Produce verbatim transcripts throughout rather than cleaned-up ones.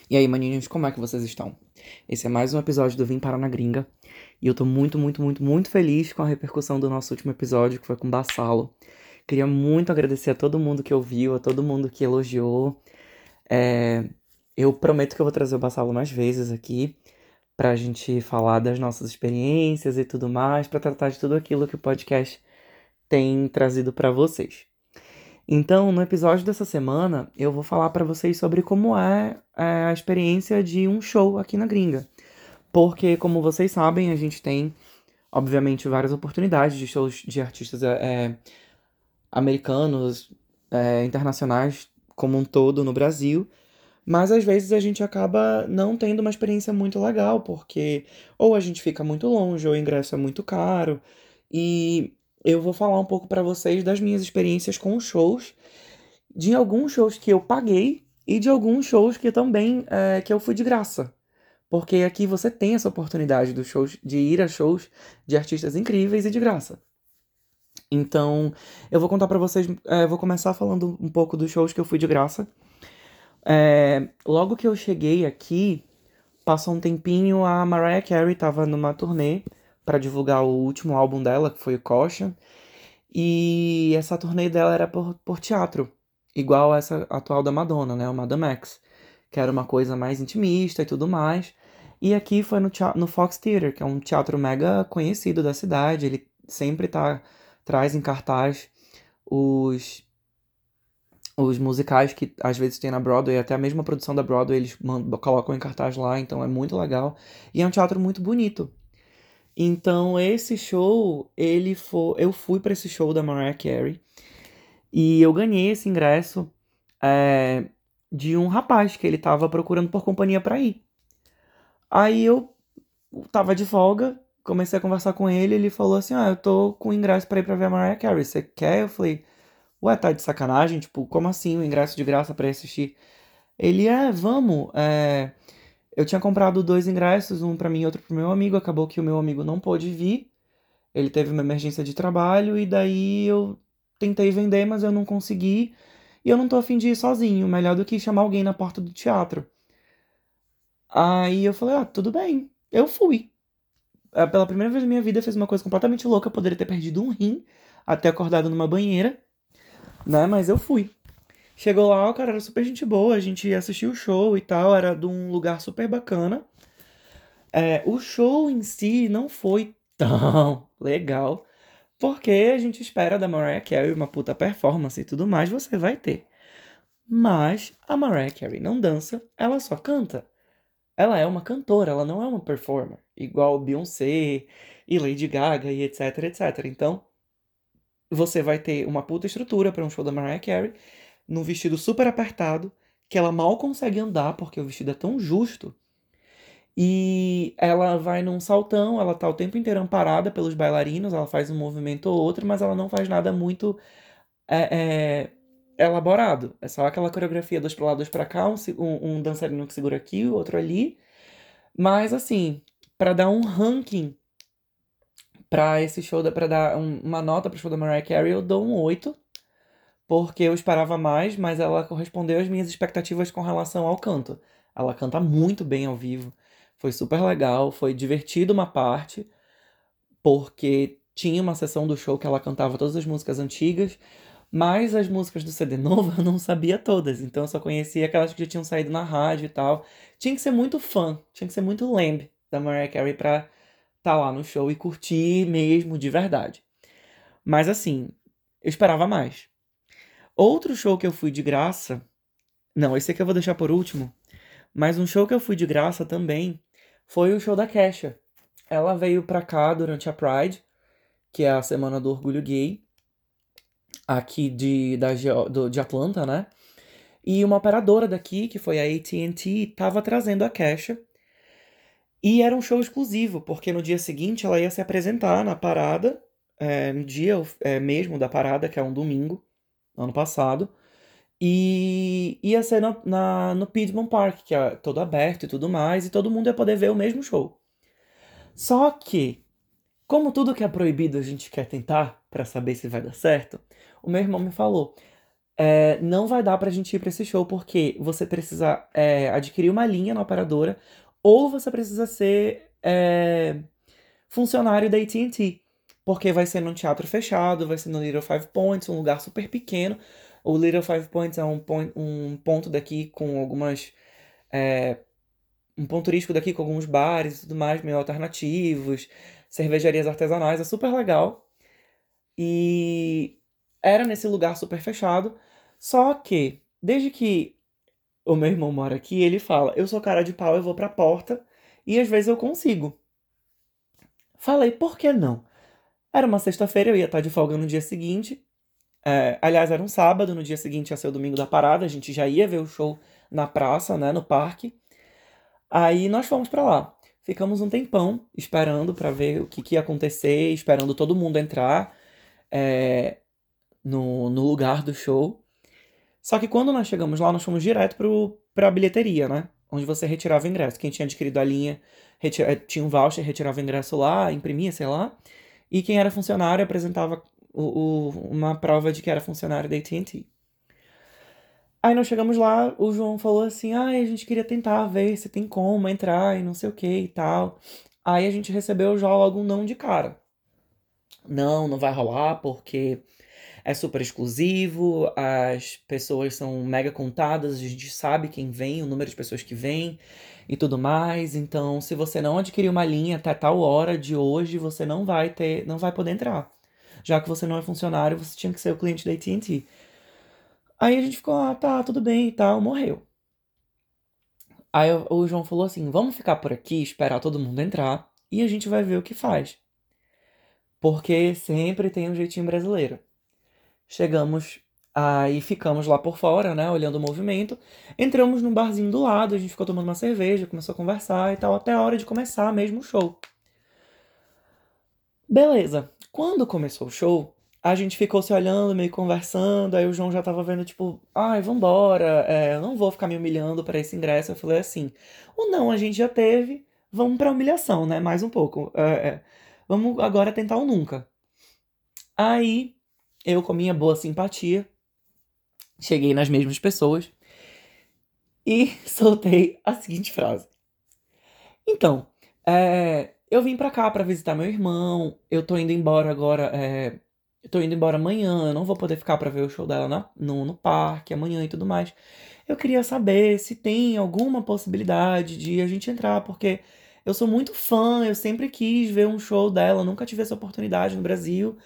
E aí, maninhos, como é que vocês estão? Esse é mais um episódio do Vim Parar na Gringa. E eu tô muito, muito, muito, muito feliz com a repercussão do nosso último episódio, que foi com o Bassalo. Queria muito agradecer a todo mundo que ouviu, a todo mundo que elogiou. É, Eu prometo que eu vou trazer o Bassalo mais vezes aqui, pra gente falar das nossas experiências e tudo mais, pra tratar de tudo aquilo que o podcast tem trazido pra vocês. Então, no episódio dessa semana, eu vou falar pra vocês sobre como é, é, a experiência de um show aqui na gringa. Porque, como vocês sabem, a gente tem, obviamente, várias oportunidades de shows de artistas é, americanos, é, internacionais, como um todo no Brasil. Mas às vezes a gente acaba não tendo uma experiência muito legal, porque ou a gente fica muito longe, ou o ingresso é muito caro. E eu vou falar um pouco pra vocês das minhas experiências com shows, de alguns shows que eu paguei e de alguns shows que também é, que eu fui de graça. Porque aqui você tem essa oportunidade dos shows, de ir a shows de artistas incríveis e de graça. Então, eu vou contar pra vocês, é, vou começar falando um pouco dos shows que eu fui de graça. É, logo que eu cheguei aqui, passou um tempinho, a Mariah Carey tava numa turnê pra divulgar o último álbum dela, que foi o Caution. E essa turnê dela era por, por teatro, igual essa atual da Madonna, né? O Madame X, que era uma coisa mais intimista e tudo mais. E aqui foi no, tea- no Fox Theatre, que é um teatro mega conhecido da cidade. Ele sempre tá, traz em cartaz os, os musicais que às vezes tem na Broadway, até a mesma produção da Broadway eles mandam, colocam em cartaz lá, então é muito legal. E é um teatro muito bonito. Então esse show, ele foi, eu fui pra esse show da Mariah Carey. E eu ganhei esse ingresso é, de um rapaz que ele tava procurando por companhia pra ir. Aí eu tava de folga, comecei a conversar com ele, ele falou assim: "Ah, eu tô com ingresso pra ir pra ver a Mariah Carey, você quer?" Eu falei: "Ué, tá de sacanagem? Tipo, como assim o ingresso de graça pra ir assistir?" Ele: "É, vamos. É, eu tinha comprado dois ingressos, um pra mim e outro pro meu amigo, acabou que o meu amigo não pôde vir, ele teve uma emergência de trabalho e daí eu tentei vender, mas eu não consegui. E eu não tô afim de ir sozinho, melhor do que chamar alguém na porta do teatro." Aí eu falei, ah, tudo bem. Eu fui. Ah, pela primeira vez na minha vida, eu fiz uma coisa completamente louca. Eu poderia ter perdido um rim até acordado numa banheira, né? Mas eu fui. Chegou lá, o cara era super gente boa, a gente assistiu o show e tal, era de um lugar super bacana. É, o show em si não foi tão legal, porque a gente espera da Mariah Carey uma puta performance e tudo mais, você vai ter. Mas a Mariah Carey não dança, ela só canta. Ela é uma cantora, ela não é uma performer, igual Beyoncé e Lady Gaga e etc, etcétera. Então, você vai ter uma puta estrutura para um show da Mariah Carey, num vestido super apertado, que ela mal consegue andar porque o vestido é tão justo. E ela vai num saltão, ela tá o tempo inteiro amparada pelos bailarinos, ela faz um movimento ou outro, mas ela não faz nada muito é, é, elaborado. É só aquela coreografia dois pra lá, dois pra cá, um, se- um, um dançarino que segura aqui, o outro ali. Mas assim, pra dar um ranking pra esse show, da- pra dar um- uma nota pro show da Mariah Carey, eu dou um oito, porque eu esperava mais, mas ela correspondeu às minhas expectativas com relação ao canto. Ela canta muito bem ao vivo. Foi super legal, foi divertido uma parte, porque tinha uma sessão do show que ela cantava todas as músicas antigas, mas as músicas do C D novo eu não sabia todas, então eu só conhecia aquelas que já tinham saído na rádio e tal. Tinha que ser muito fã, tinha que ser muito lamb da Mariah Carey pra estar lá no show e curtir mesmo de verdade. Mas assim, eu esperava mais. Outro show que eu fui de graça, não, esse aqui eu vou deixar por último, mas um show que eu fui de graça também foi o show da Kesha. Ela veio pra cá durante a Pride, que é a Semana do Orgulho Gay, aqui de, da, Geo- do- de Atlanta, né? E uma operadora daqui, que foi a A T and T, tava trazendo a Kesha. E era um show exclusivo, porque no dia seguinte ela ia se apresentar na parada, é, no dia é, mesmo da parada, que é um domingo, ano passado. E ia ser na, na- no Piedmont Park, que é todo aberto e tudo mais, e todo mundo ia poder ver o mesmo show. Só que, como tudo que é proibido a gente quer tentar pra saber se vai dar certo, o meu irmão me falou: É, não vai dar pra gente ir pra esse show porque você precisa é, adquirir uma linha na operadora ou você precisa ser é, funcionário da A T and T. Porque vai ser num teatro fechado, vai ser no Little Five Points, um lugar super pequeno. O Little Five Points é um, point, um ponto daqui com algumas. é, um ponto turístico daqui com alguns bares e tudo mais, meio alternativos, cervejarias artesanais, é super legal. E era nesse lugar super fechado. Só que, desde que o meu irmão mora aqui, ele fala: eu sou cara de pau, eu vou pra porta e às vezes eu consigo. Falei, por que não? Era uma sexta-feira, eu ia estar de folga no dia seguinte. É, aliás, era um sábado, no dia seguinte ia ser o domingo da parada, a gente já ia ver o show na praça, né, no parque. Aí nós fomos pra lá. Ficamos um tempão esperando pra ver o que, que ia acontecer, esperando todo mundo entrar é, no, no lugar do show. Só que quando nós chegamos lá, nós fomos direto pro, pra bilheteria, né? Onde você retirava o ingresso. Quem tinha adquirido a linha retira- eh, tinha um voucher, retirava o ingresso lá, imprimia, sei lá. E quem era funcionário apresentava o, o- uma prova de que era funcionário da A T and T. Aí nós chegamos lá, o João falou assim: ah, a gente queria tentar ver se tem como entrar e não sei o que e tal. Aí a gente recebeu já logo um não de cara. Não, não vai rolar porque é super exclusivo, as pessoas são mega contadas, a gente sabe quem vem, o número de pessoas que vem e tudo mais. Então, se você não adquirir uma linha até tal hora de hoje, você não vai ter, não vai poder entrar. Já que você não é funcionário, você tinha que ser o cliente da A T and T. Aí a gente ficou, ah, tá, tudo bem e tal, morreu. Aí o o João falou assim: vamos ficar por aqui, esperar todo mundo entrar e a gente vai ver o que faz. Porque sempre tem um jeitinho brasileiro. Chegamos aí, ficamos lá por fora, né, olhando o movimento. Entramos num barzinho do lado, a gente ficou tomando uma cerveja, começou a conversar e tal, até a hora de começar mesmo o show. Beleza. Quando começou o show, a gente ficou se olhando, meio conversando, aí o João já tava vendo, tipo, ai, vambora, é, eu não vou ficar me humilhando pra esse ingresso. Eu falei assim, o não a gente já teve, vamos pra humilhação, né, mais um pouco. É, é, vamos agora tentar o nunca. Aí, eu com minha boa simpatia, cheguei nas mesmas pessoas e soltei a seguinte frase. Então, é, eu vim pra cá pra visitar meu irmão, eu tô indo embora agora, é, eu tô indo embora amanhã, eu não vou poder ficar pra ver o show dela na- no, no parque amanhã e tudo mais. Eu queria saber se tem alguma possibilidade de a gente entrar, porque eu sou muito fã, eu sempre quis ver um show dela, nunca tive essa oportunidade no Brasil.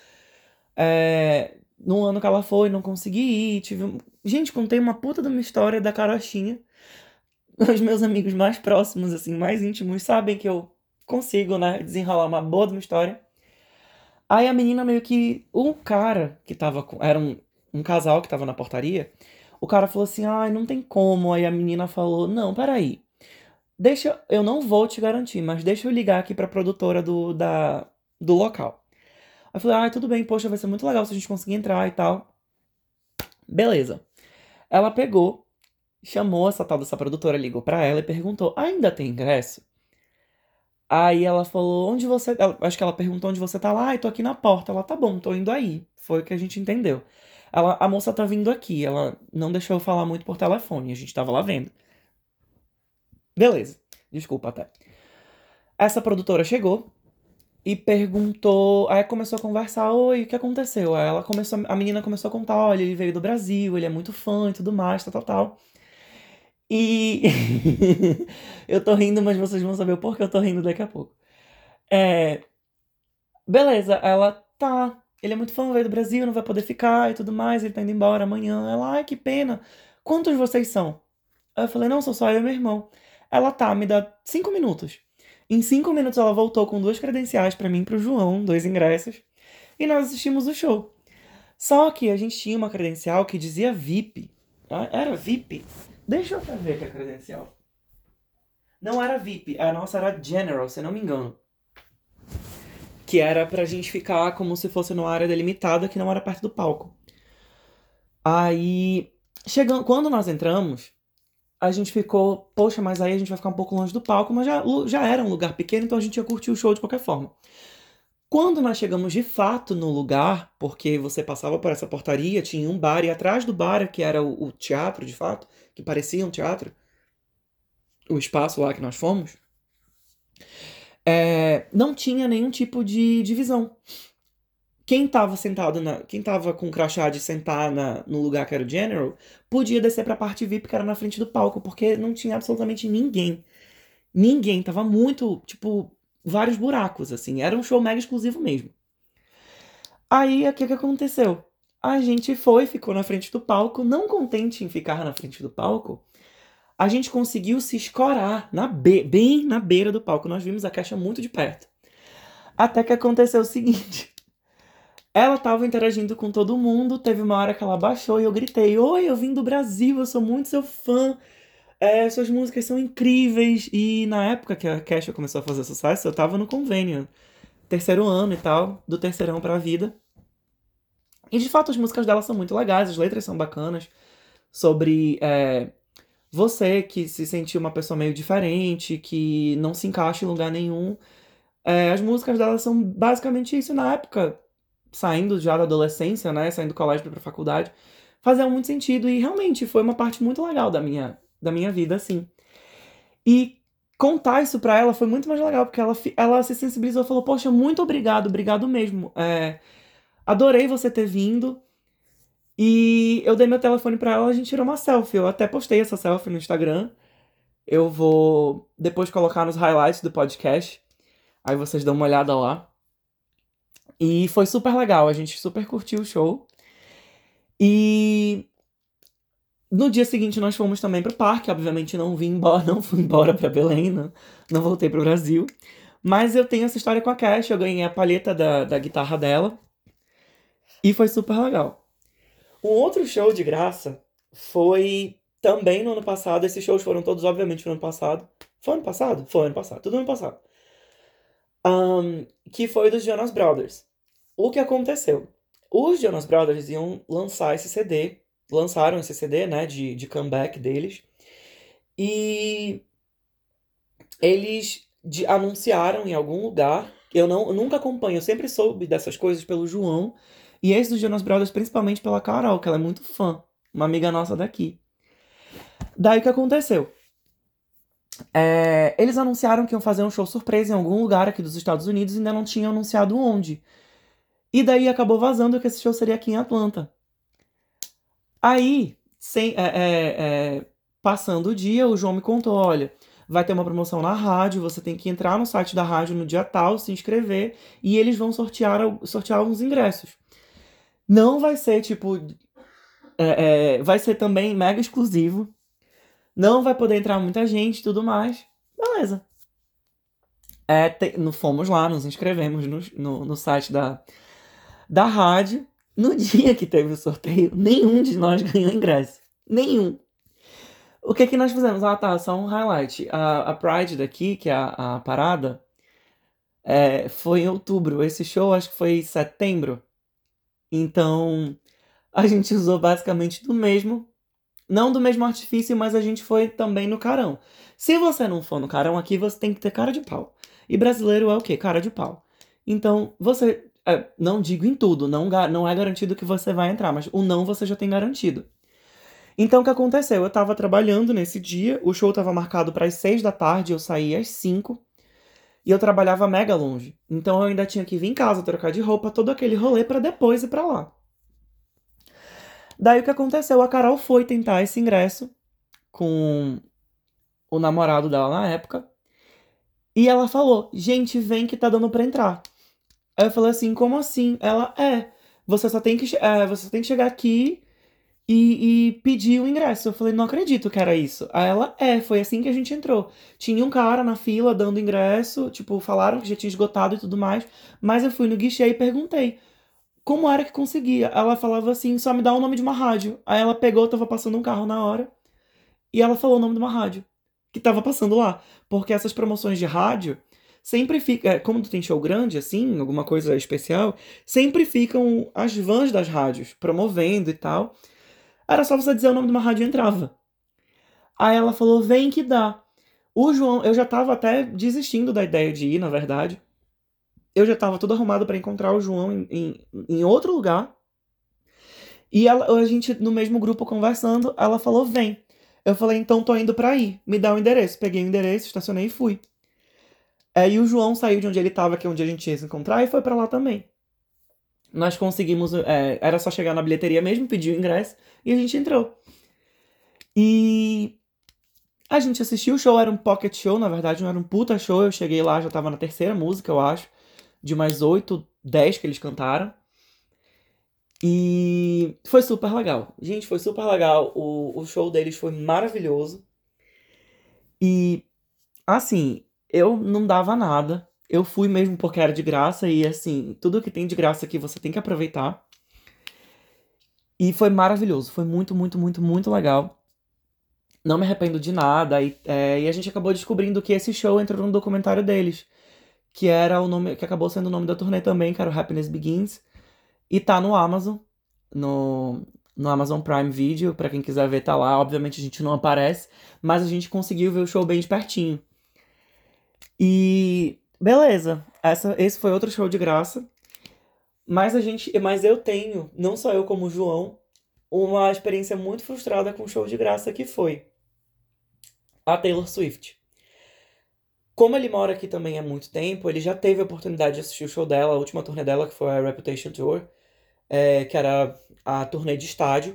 É, no ano que ela foi, não consegui ir. Tive... um- Gente, contei uma puta de uma história da carochinha. Os meus amigos mais próximos, assim, mais íntimos, sabem que eu consigo, né, desenrolar uma boa de uma história. Aí a menina meio que. O cara que tava com. Era um, um casal que tava na portaria. O cara falou assim: ai, não tem como. Aí a menina falou: não, peraí. Deixa. Eu não vou te garantir, mas deixa eu ligar aqui pra produtora do, da, do local. Aí eu falei: ai, tudo bem, poxa, vai ser muito legal se a gente conseguir entrar e tal. Beleza. Ela pegou, chamou essa tal dessa produtora, ligou pra ela e perguntou: ainda tem ingresso? Aí ela falou: onde você. ela- acho que ela perguntou onde você tá lá. Ai, tô aqui na porta. Ela: tá bom, tô indo aí. Foi o que a gente entendeu. Ela, a moça tá vindo aqui. Ela não deixou eu falar muito por telefone. A gente tava lá vendo. Beleza. Desculpa até. Essa produtora chegou e perguntou. Aí começou a conversar: oi, o que aconteceu? Aí ela começou. A menina começou a contar: olha, ele veio do Brasil, ele é muito fã e tudo mais, tal, tal, tal. E eu tô rindo, mas vocês vão saber o porquê eu tô rindo daqui a pouco. É, beleza, ela tá. Ele é muito fã, veio do Brasil, não vai poder ficar e tudo mais, ele tá indo embora amanhã. Ela, ai, que pena. Quantos vocês são? Aí eu falei, não, sou só eu e meu irmão. Ela tá, me dá cinco minutos. Em cinco minutos ela voltou com duas credenciais pra mim e pro João, dois ingressos, e nós assistimos o show. Só que a gente tinha uma credencial que dizia V I P. Ah, era V I P? Deixa eu até ver que é a credencial. Não era V I P, a nossa era General, se não me engano. Que era pra gente ficar como se fosse numa área delimitada que não era perto do palco. Aí, chegando, quando nós entramos, a gente ficou, poxa, mas aí a gente vai ficar um pouco longe do palco, mas já, já era um lugar pequeno, então a gente ia curtir o show de qualquer forma. Quando nós chegamos de fato no lugar, porque você passava por essa portaria, tinha um bar, e atrás do bar, que era o, o teatro de fato, que parecia um teatro, o espaço lá que nós fomos, é, não tinha nenhum tipo de divisão. Quem tava sentado na. Quem tava com crachá de sentar na, no lugar que era o General, podia descer pra parte V I P, que era na frente do palco, porque não tinha absolutamente ninguém. Ninguém, tava muito, tipo, vários buracos, assim. Era um show mega exclusivo mesmo. Aí, o que que aconteceu? A gente foi, ficou na frente do palco, não contente em ficar na frente do palco, a gente conseguiu se escorar na be bem na beira do palco. Nós vimos a caixa muito de perto. Até que aconteceu o seguinte. Ela tava interagindo com todo mundo, teve uma hora que ela baixou e eu gritei: Oi, eu vim do Brasil, eu sou muito seu fã, é, suas músicas são incríveis. E na época que a Kesha começou a fazer sucesso, eu tava no convênio, terceiro ano e tal, do terceirão pra vida. E de fato as músicas dela são muito legais, as letras são bacanas, sobre é, você que se sentiu uma pessoa meio diferente, que não se encaixa em lugar nenhum. É, as músicas dela são basicamente isso na época, saindo já da adolescência, né, saindo do colégio para a faculdade, fazia muito sentido e realmente foi uma parte muito legal da minha, da minha vida, assim. E contar isso pra ela foi muito mais legal, porque ela, fi- ela se sensibilizou e falou: Poxa, muito obrigado, obrigado mesmo. É, adorei você ter vindo. E eu dei meu telefone pra ela, a gente tirou uma selfie. Eu até postei essa selfie no Instagram. Eu vou depois colocar nos highlights do podcast. Aí vocês dão uma olhada lá. E foi super legal, a gente super curtiu o show. E no dia seguinte nós fomos também pro parque, obviamente não vim embora, não fui embora pra Belém, não, não voltei pro Brasil. Mas eu tenho essa história com a Cash, eu ganhei a palheta da, da guitarra dela e foi super legal. Um outro show de graça foi também no ano passado, esses shows foram todos obviamente no ano passado. Foi ano passado? Foi ano passado, tudo ano passado. Ahn, que foi dos Jonas Brothers. O que aconteceu? Os Jonas Brothers iam lançar esse C D, lançaram esse C D, né, de, de comeback deles, e eles de- anunciaram em algum lugar. Eu não, eu nunca acompanho, eu sempre soube dessas coisas pelo João, e esse dos Jonas Brothers principalmente pela Carol, que ela é muito fã, uma amiga nossa daqui. Daí o que aconteceu? É, eles anunciaram que iam fazer um show surpresa em algum lugar aqui dos Estados Unidos e ainda não tinham anunciado onde. E daí acabou vazando que esse show seria aqui em Atlanta. Aí, sem, é, é, é, passando o dia, o João me contou: olha, vai ter uma promoção na rádio, você tem que entrar no site da rádio no dia tal, se inscrever, e eles vão sortear, al- sortear alguns ingressos. Não vai ser tipo. É, é, vai ser também mega exclusivo. Não vai poder entrar muita gente e tudo mais. Beleza. É, te- no- fomos lá, nos inscrevemos no, no, no site da, da rádio. No dia que teve o sorteio, nenhum de nós ganhou ingresso. Nenhum. O que que nós fizemos? Ah, tá, só um highlight. A, a Pride daqui, que é a, a parada, é, foi em outubro. Esse show acho que foi em setembro. Então, a gente usou basicamente do mesmo. Não do mesmo artifício, mas a gente foi também no carão. Se você não for no carão aqui, você tem que ter cara de pau. E brasileiro é o quê? Cara de pau. Então, você. É, não digo em tudo, não, ga- não é garantido que você vai entrar, mas o não você já tem garantido. Então, o que aconteceu? Eu tava trabalhando nesse dia, o show tava marcado para as seis da tarde, eu saí às cinco e eu trabalhava mega longe. Então, eu ainda tinha que vir em casa, trocar de roupa, todo aquele rolê para depois ir pra lá. Daí, o que aconteceu? A Carol foi tentar esse ingresso com o namorado dela na época e ela falou: Gente, vem que tá dando pra entrar. Aí eu falei assim: Como assim? Ela é. Você só tem que, che- é, você só tem que chegar aqui e, e pedir o ingresso. Eu falei: Não acredito que era isso. Aí ela é. Foi assim que a gente entrou. Tinha um cara na fila dando ingresso. Tipo, falaram que já tinha esgotado e tudo mais. Mas eu fui no guichê e perguntei como era que conseguia. Ela falava assim: Só me dá o nome de uma rádio. Aí ela pegou, tava passando um carro na hora. E ela falou o nome de uma rádio que tava passando lá. Porque essas promoções de rádio sempre fica, é, como tu tem show grande, assim, alguma coisa especial, sempre ficam as vans das rádios promovendo e tal. Era só você dizer o nome de uma rádio e entrava. Aí ela falou: Vem que dá. O João, eu já tava até desistindo da ideia de ir, na verdade. eu já tava todo arrumado pra encontrar o João em, em, em outro lugar. E ela, a gente, no mesmo grupo, conversando, ela falou, vem. Eu falei, então tô indo pra aí. Me dá o endereço. Peguei o endereço, estacionei e fui. Aí o João saiu de onde ele tava, que é onde a gente ia se encontrar, e foi pra lá também. Nós conseguimos, é, era só chegar na bilheteria mesmo, pedir o ingresso, e a gente entrou. E a gente assistiu o show, era um pocket show, na verdade, não era um puta show. Eu cheguei lá, já tava na terceira música, eu acho, de mais oito, dez que eles cantaram. E foi super legal. Gente, foi super legal. O, o show deles foi maravilhoso. E, assim, eu não dava nada. Eu fui mesmo porque era de graça. E, assim, tudo que tem de graça aqui você tem que aproveitar. E foi maravilhoso. Foi muito, muito, muito, muito legal. Não me arrependo de nada. E, é, e a gente acabou descobrindo que esse show entrou no documentário deles. Que era o nome, que acabou sendo o nome da turnê também, que era o Happiness Begins. E tá no Amazon, no, no Amazon Prime Video, pra quem quiser ver, tá lá. Obviamente a gente não aparece, mas a gente conseguiu ver o show bem de pertinho. E beleza, essa, esse foi outro show de graça. Mas a gente, mas eu tenho, não só eu como o João, uma experiência muito frustrada com o show de graça que foi a Taylor Swift. Como ele mora aqui também há muito tempo, ele já teve a oportunidade de assistir o show dela, a última turnê dela, que foi a Reputation Tour, é, que era a turnê de estádio.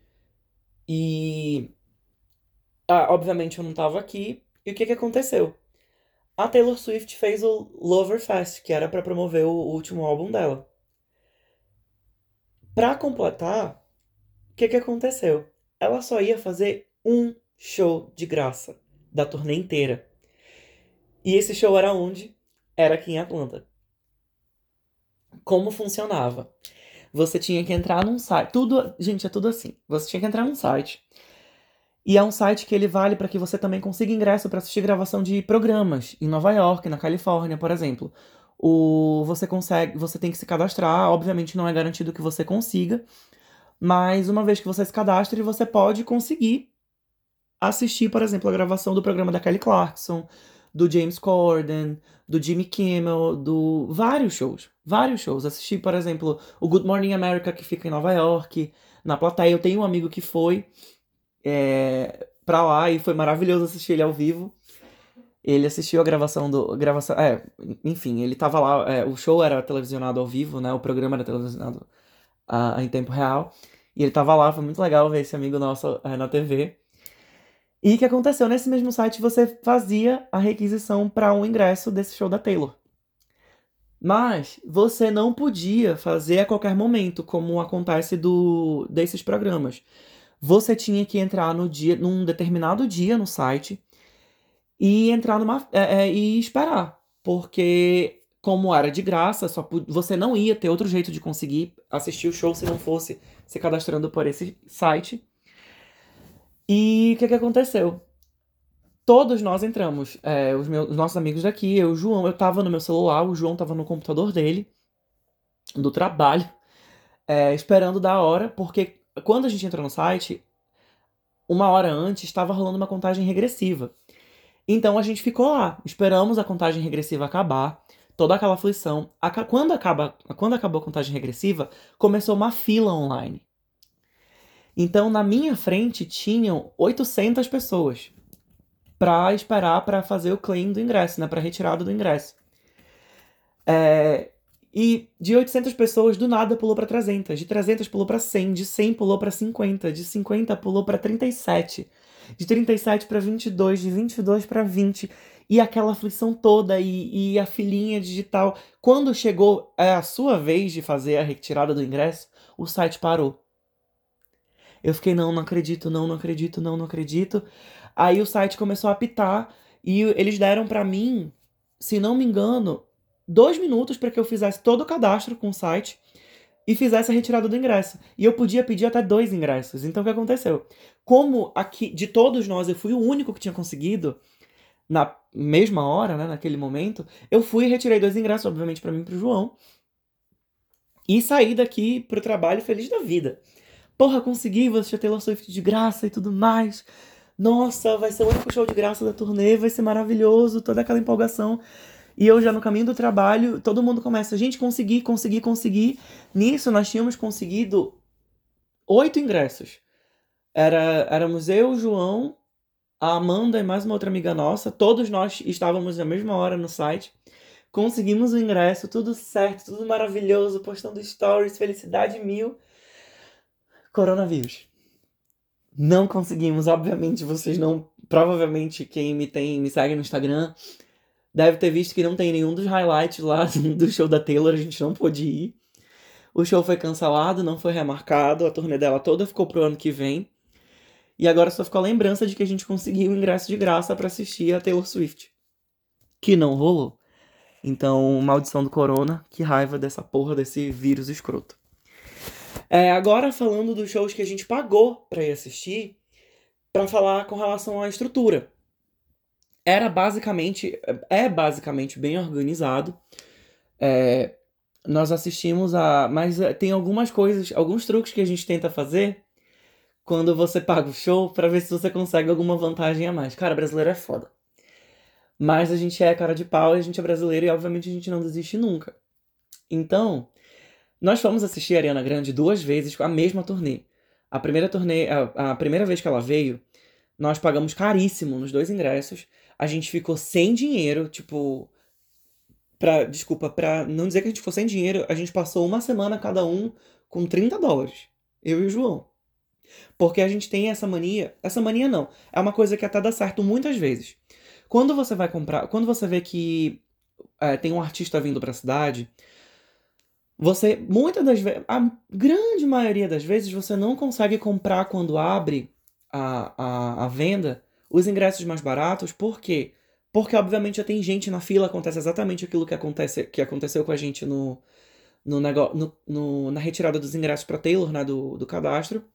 E, ah, obviamente, eu não tava aqui. E o que que aconteceu? A Taylor Swift fez o Loverfest, que era pra promover o último álbum dela. Pra completar, o que que aconteceu? Ela só ia fazer um show de graça da turnê inteira. E esse show era onde? Era aqui em Atlanta. Como funcionava? Você tinha que entrar num site. Tudo, gente, é tudo assim. Você tinha que entrar num site. E é um site que ele vale para que você também consiga ingresso para assistir gravação de programas em Nova York, na Califórnia, por exemplo. O, você consegue, você tem que se cadastrar, obviamente não é garantido que você consiga, mas uma vez que você se cadastre, você pode conseguir assistir, por exemplo, a gravação do programa da Kelly Clarkson, do James Corden, do Jimmy Kimmel, do vários shows, vários shows. Assisti, por exemplo, o Good Morning America, que fica em Nova York, na plateia. Eu tenho um amigo que foi é, pra lá e foi maravilhoso assistir ele ao vivo. Ele assistiu a gravação do. a gravação, é, enfim, ele tava lá. É, o show era televisionado ao vivo, né? O programa era televisionado ah, em tempo real. E ele tava lá, foi muito legal ver esse amigo nosso é, na T V. E o que aconteceu? Nesse mesmo site você fazia a requisição para um ingresso desse show da Taylor. Mas você não podia fazer a qualquer momento, como acontece do desses programas. Você tinha que entrar no dia, num determinado dia no site e entrar numa é, é, e esperar, porque como era de graça, só pu- você não ia ter outro jeito de conseguir assistir o show se não fosse se cadastrando por esse site. E o que que aconteceu? Todos nós entramos, é, os, meus, os nossos amigos daqui, eu, o João, eu tava no meu celular, o João tava no computador dele, do trabalho, é, esperando da hora, porque quando a gente entrou no site, uma hora antes estava rolando uma contagem regressiva. Então a gente ficou lá, esperamos a contagem regressiva acabar, toda aquela aflição. Aca- Quando, acaba, quando acabou a contagem regressiva, começou uma fila online. Então na minha frente tinham oitocentas pessoas para esperar para fazer o claim do ingresso, né, para retirada do ingresso. É, e de oitocentas pessoas, do nada pulou para trezentas, de trezentas pulou para cem, de cem pulou para cinquenta, de cinquenta pulou para trinta e sete, de trinta e sete para vinte e dois, de vinte e dois para vinte, e aquela aflição toda e, e a filinha digital. Quando chegou é, a sua vez de fazer a retirada do ingresso, o site parou. Eu fiquei, não, não acredito, não, não acredito, não, não acredito. Aí o site começou a apitar e eles deram pra mim, se não me engano, dois minutos pra que eu fizesse todo o cadastro com o site e fizesse a retirada do ingresso. E eu podia pedir até dois ingressos. Então o que aconteceu? Como aqui de todos nós eu fui o único que tinha conseguido na mesma hora, né, naquele momento, eu fui e retirei dois ingressos, obviamente pra mim e pro João, e saí daqui pro trabalho feliz da vida. Porra, consegui, vou assistir a Taylor Swift de graça e tudo mais. Nossa, vai ser o único show de graça da turnê, vai ser maravilhoso, toda aquela empolgação. E eu já no caminho do trabalho, todo mundo começa, gente, consegui, consegui, consegui. Nisso, nós tínhamos conseguido oito ingressos. Era, éramos eu, o João, a Amanda e mais uma outra amiga nossa. Todos nós estávamos na mesma hora no site. Conseguimos o ingresso, tudo certo, tudo maravilhoso, postando stories, felicidade mil. Coronavírus. Não conseguimos, obviamente, vocês não... Provavelmente quem me tem, me segue no Instagram deve ter visto que não tem nenhum dos highlights lá do show da Taylor, a gente não pôde ir. O show foi cancelado, não foi remarcado, a turnê dela toda ficou pro ano que vem. E agora só ficou a lembrança de que a gente conseguiu o ingresso de graça pra assistir a Taylor Swift. Que não rolou. Então, maldição do corona, que raiva dessa porra desse vírus escroto. É, agora falando dos shows que a gente pagou pra ir assistir, pra falar com relação à estrutura. Era basicamente, é basicamente bem organizado. É, nós assistimos a... Mas tem algumas coisas, alguns truques que a gente tenta fazer quando você paga o show pra ver se você consegue alguma vantagem a mais. Cara, brasileiro é foda. Mas a gente é cara de pau e a gente é brasileiro e obviamente a gente não desiste nunca. Então, nós fomos assistir a Ariana Grande duas vezes com a mesma turnê. A primeira turnê, a, a primeira vez que ela veio, nós pagamos caríssimo nos dois ingressos. A gente ficou sem dinheiro, tipo... Pra, desculpa, pra não dizer que a gente ficou sem dinheiro, a gente passou uma semana cada um com trinta dólares. Eu e o João. Porque a gente tem essa mania... Essa mania não. É uma coisa que até dá certo muitas vezes. Quando você vai comprar... Quando você vê que é, tem um artista vindo pra cidade... Você, muitas das vezes... A grande maioria das vezes, você não consegue comprar quando abre a, a, a venda os ingressos mais baratos. Por quê? Porque, obviamente, já tem gente na fila. Acontece exatamente aquilo que, acontece, que aconteceu com a gente no, no, nego, no, no, na retirada dos ingressos pra Taylor, né, do, do cadastro.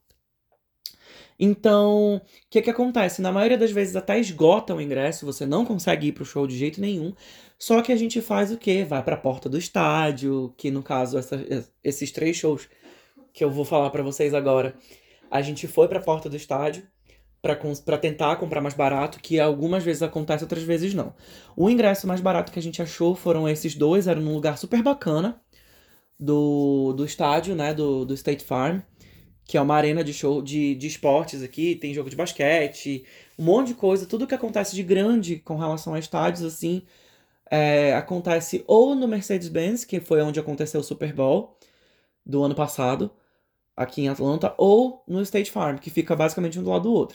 Então, o que que acontece? Na maioria das vezes até esgota o ingresso, você não consegue ir pro show de jeito nenhum. Só que a gente faz o quê? Vai pra porta do estádio, que no caso, essa, esses três shows que eu vou falar pra vocês agora, a gente foi pra porta do estádio pra, pra tentar comprar mais barato, que algumas vezes acontece, outras vezes não. O ingresso mais barato que a gente achou foram esses dois, era num lugar super bacana do, do estádio, né, do, do State Farm, que é uma arena de show de, de esportes aqui, tem jogo de basquete, um monte de coisa, tudo que acontece de grande com relação a estádios, assim, é, acontece ou no Mercedes-Benz, que foi onde aconteceu o Super Bowl do ano passado, aqui em Atlanta, ou no State Farm, que fica basicamente um do lado do outro.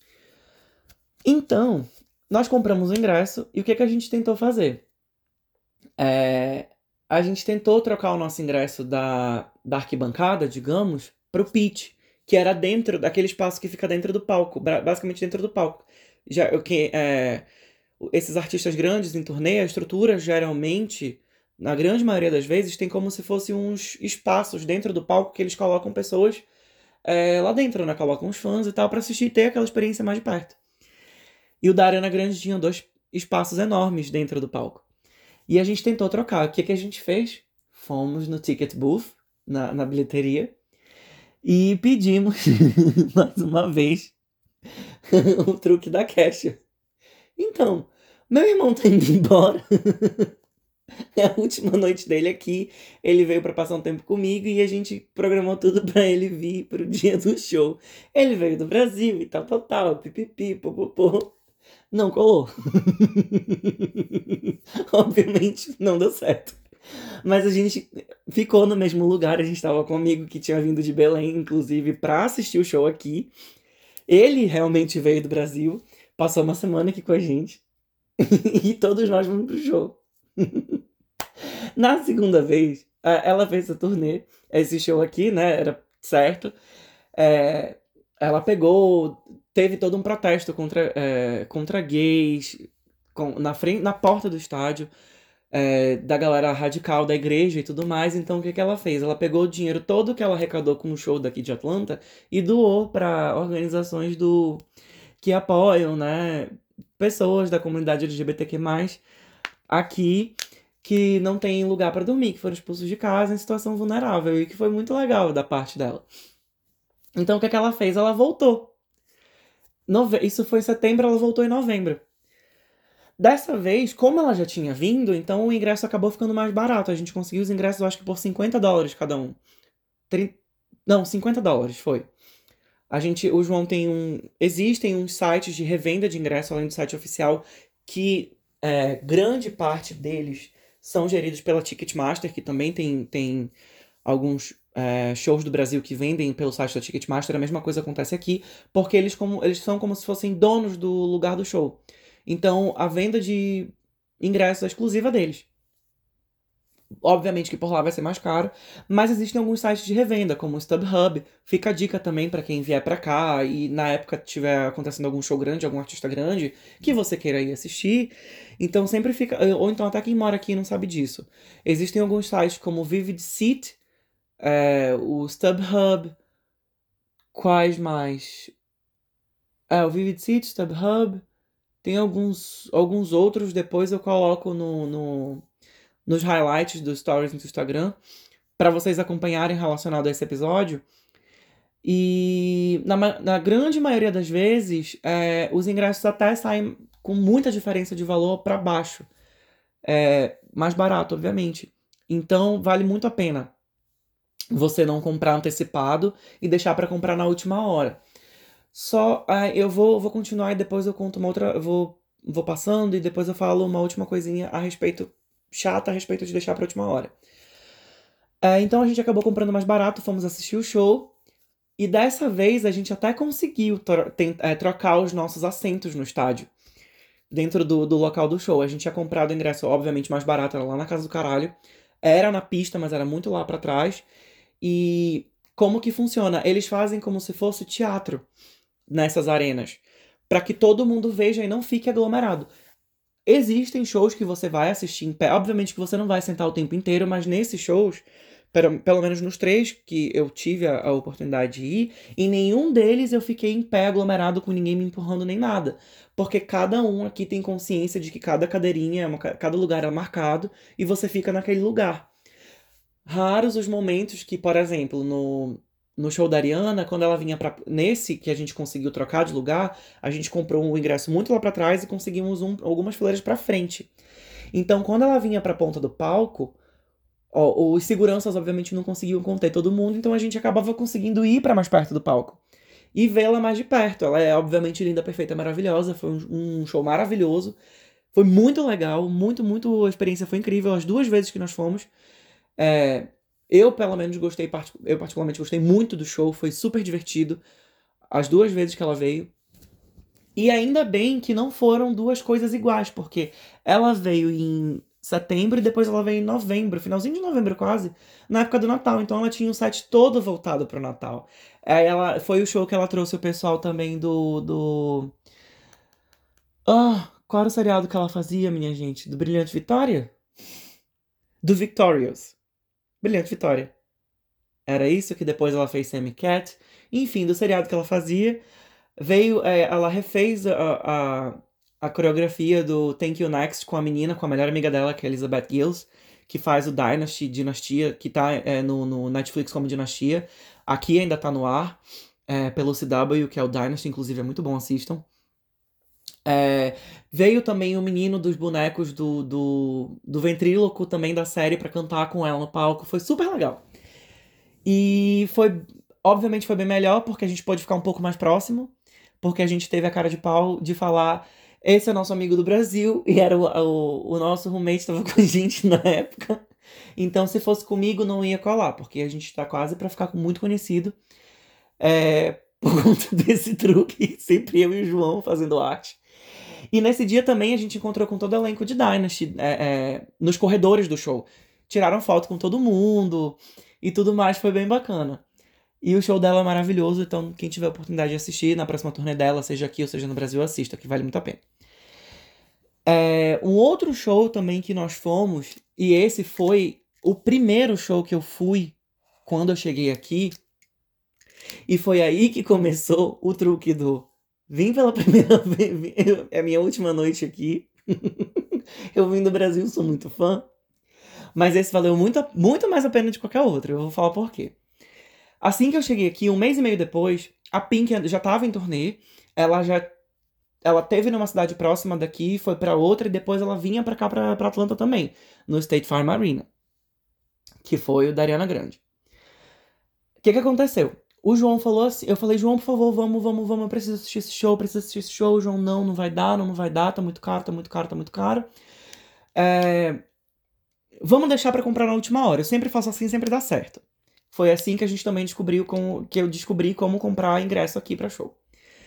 Então, nós compramos o ingresso, e o que, que a gente tentou fazer? É, a gente tentou trocar o nosso ingresso da, da arquibancada, digamos, pro pitch, que era dentro daquele espaço que fica dentro do palco, basicamente dentro do palco. Já, o que, é, esses artistas grandes em turnê, a estrutura geralmente, na grande maioria das vezes, tem como se fossem uns espaços dentro do palco que eles colocam pessoas é, lá dentro, né? Colocam os fãs e tal, pra assistir e ter aquela experiência mais de perto. E o da Ariana Grande tinha dois espaços enormes dentro do palco. E a gente tentou trocar. O que, que a gente fez? Fomos no ticket booth, na, na bilheteria, e pedimos, mais uma vez, o truque da Kesha. Então, meu irmão tá indo embora. É a última noite dele aqui. Ele veio pra passar um tempo comigo e a gente programou tudo pra ele vir pro dia do show. Ele veio do Brasil e tal, tal, tal, pipipi, popopô. Não colou. Obviamente não deu certo. Mas a gente ficou no mesmo lugar. A gente tava com um amigo que tinha vindo de Belém, inclusive, pra assistir o show aqui. Ele realmente veio do Brasil, passou uma semana aqui com a gente. E todos nós vamos pro show. Na segunda vez, ela fez a turnê, esse show aqui, né? Era certo. É, ela pegou, teve todo um protesto contra, é, contra gays com, na, frente, na porta do estádio, é, da galera radical da igreja e tudo mais. Então o que, que ela fez? Ela pegou o dinheiro todo que ela arrecadou com o show daqui de Atlanta e doou para organizações do, que apoiam, né, pessoas da comunidade L G B T Q mais, aqui, que não tem lugar para dormir, que foram expulsos de casa em situação vulnerável, e que foi muito legal da parte dela. Então, o que, é que ela fez? Ela voltou. Nove... Isso foi em setembro, ela voltou em novembro. Dessa vez, como ela já tinha vindo, então o ingresso acabou ficando mais barato. A gente conseguiu os ingressos, eu acho que por cinquenta dólares cada um. Trin- Não, cinquenta dólares, foi. A gente, o João tem um. Existem uns sites de revenda de ingresso, além do site oficial, que é, grande parte deles são geridos pela Ticketmaster, que também tem, tem alguns é, shows do Brasil que vendem pelo site da Ticketmaster. A mesma coisa acontece aqui, porque eles, como, eles são como se fossem donos do lugar do show. Então, a venda de ingressos é exclusiva deles. Obviamente que por lá vai ser mais caro, mas existem alguns sites de revenda, como o StubHub. Fica a dica também pra quem vier pra cá e na época tiver acontecendo algum show grande, algum artista grande, que você queira ir assistir. Então sempre fica. Ou então até quem mora aqui não sabe disso. Existem alguns sites como o Vivid Seat, é, o StubHub, quais mais? É, o Vivid Seat, StubHub. Tem alguns, alguns outros, depois eu coloco no, no- nos highlights dos stories no Instagram, para vocês acompanharem relacionado a esse episódio. E na, ma- na grande maioria das vezes, é, os ingressos até saem com muita diferença de valor para baixo. É mais barato, obviamente. Então, vale muito a pena você não comprar antecipado e deixar para comprar na última hora. Só, ah, eu vou, vou continuar e depois eu conto uma outra. Eu vou, vou passando e depois eu falo uma última coisinha a respeito, chata a respeito de deixar pra última hora. É, então a gente acabou comprando mais barato, fomos assistir o show. E dessa vez a gente até conseguiu tro- ten- é, trocar os nossos assentos no estádio, dentro do, do local do show. A gente tinha comprado o ingresso, obviamente, mais barato, era lá na casa do caralho. Era na pista, mas era muito lá pra trás. E como que funciona? Eles fazem como se fosse teatro nessas arenas, para que todo mundo veja e não fique aglomerado. Existem shows que você vai assistir em pé, obviamente que você não vai sentar o tempo inteiro, mas nesses shows, pelo, pelo menos nos três que eu tive a, a oportunidade de ir, em nenhum deles eu fiquei em pé aglomerado com ninguém me empurrando nem nada. Porque cada um aqui tem consciência de que cada cadeirinha, é uma ca- cada lugar é marcado e você fica naquele lugar. Raros os momentos que, por exemplo, no, no show da Ariana, quando ela vinha pra. Nesse que a gente conseguiu trocar de lugar, a gente comprou um ingresso muito lá pra trás e conseguimos um- algumas fileiras pra frente. Então, quando ela vinha pra ponta do palco, ó, os seguranças obviamente não conseguiam conter todo mundo, então a gente acabava conseguindo ir pra mais perto do palco e vê-la mais de perto. Ela é obviamente linda, perfeita, maravilhosa. Foi um, um show maravilhoso. Foi muito legal, muito, muito. A experiência foi incrível. As duas vezes que nós fomos. É, eu, pelo menos, gostei, partic- eu particularmente gostei muito do show, foi super divertido as duas vezes que ela veio. E ainda bem que não foram duas coisas iguais, porque ela veio em setembro e depois ela veio em novembro, finalzinho de novembro quase, na época do Natal. Então ela tinha um set todo voltado pro Natal. Aí ela foi o show que ela trouxe o pessoal também do do Ah, qual era o seriado que ela fazia, minha gente? Do Brilhante Vitória? Do Victorious. Brilhante Vitória. Era isso que depois ela fez Sammy Cat. Enfim, do seriado que ela fazia. Veio, é, ela refez a, a, a coreografia do Thank You Next com a menina, com a melhor amiga dela, que é a Elizabeth Gills, que faz o Dynasty, Dinastia, que tá é, no, no Netflix como Dinastia. Aqui ainda tá no ar, é, pelo C W, que é o Dynasty, inclusive é muito bom, assistam. É, veio também o menino dos bonecos do, do, do ventríloco também da série pra cantar com ela no palco. Foi super legal. E foi, obviamente, foi bem melhor, porque a gente pôde ficar um pouco mais próximo, porque a gente teve a cara de pau de falar: esse é nosso amigo do Brasil, e era o, o, o nosso roommate, estava com a gente na época. Então, se fosse comigo, não ia colar, porque a gente tá quase pra ficar muito conhecido, é, por conta desse truque, sempre eu e o João fazendo arte. E nesse dia também a gente encontrou com todo o elenco de Dynasty, é, é, nos corredores do show. Tiraram foto com todo mundo e tudo mais, foi bem bacana. E o show dela é maravilhoso, então quem tiver a oportunidade de assistir na próxima turnê dela, seja aqui ou seja no Brasil, assista, que vale muito a pena. É, um outro show também que nós fomos, e esse foi o primeiro show que eu fui quando eu cheguei aqui, e foi aí que começou o truque do vim pela primeira vez, é a minha última noite aqui. Eu vim do Brasil, sou muito fã. Mas esse valeu muito, muito mais a pena de qualquer outro. Eu vou falar por quê. Assim que eu cheguei aqui, um mês e meio depois, a Pink já tava em turnê. Ela já. ela teve numa cidade próxima daqui, foi pra outra, e depois ela vinha pra cá, pra, pra Atlanta também, no State Farm Arena, que foi o da Ariana Grande. O que que aconteceu? O João falou assim, eu falei, João, por favor, vamos, vamos, vamos, eu preciso assistir esse show, preciso assistir esse show. O João, não, não vai dar, não, não vai dar, tá muito caro, tá muito caro, tá muito caro. É, Vamos deixar pra comprar na última hora. Eu sempre faço assim, sempre dá certo. Foi assim que a gente também descobriu como, que eu descobri como comprar ingresso aqui pra show.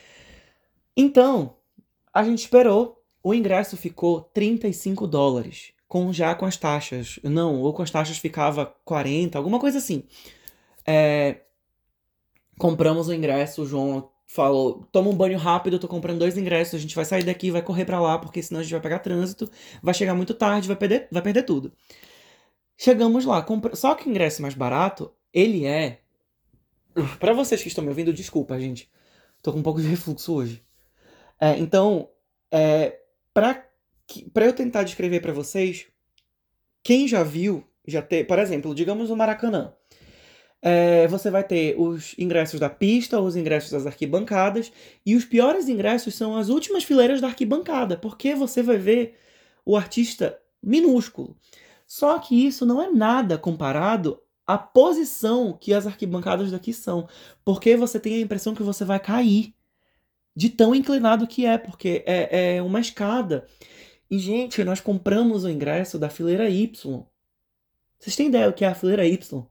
Então, a gente esperou, o ingresso ficou trinta e cinco dólares, com já com as taxas. Não, ou com as taxas ficava quarenta, alguma coisa assim. É, compramos o ingresso, o João falou, toma um banho rápido, eu tô comprando dois ingressos, a gente vai sair daqui, vai correr pra lá, porque senão a gente vai pegar trânsito, vai chegar muito tarde, vai perder, vai perder tudo. Chegamos lá, compra... só que o ingresso mais barato, ele é... Pra vocês que estão me ouvindo, desculpa, gente. Tô com um pouco de refluxo hoje. É, então, é, pra, que- pra eu tentar descrever pra vocês, quem já viu, já ter, por exemplo, digamos o Maracanã. É, você vai ter os ingressos da pista, os ingressos das arquibancadas, e os piores ingressos são as últimas fileiras da arquibancada, porque você vai ver o artista minúsculo. Só que isso não é nada comparado à posição que as arquibancadas daqui são, porque você tem a impressão que você vai cair de tão inclinado que é, porque é, é uma escada. E, gente, nós compramos o ingresso da fileira Y. Vocês têm ideia do que é a fileira Y?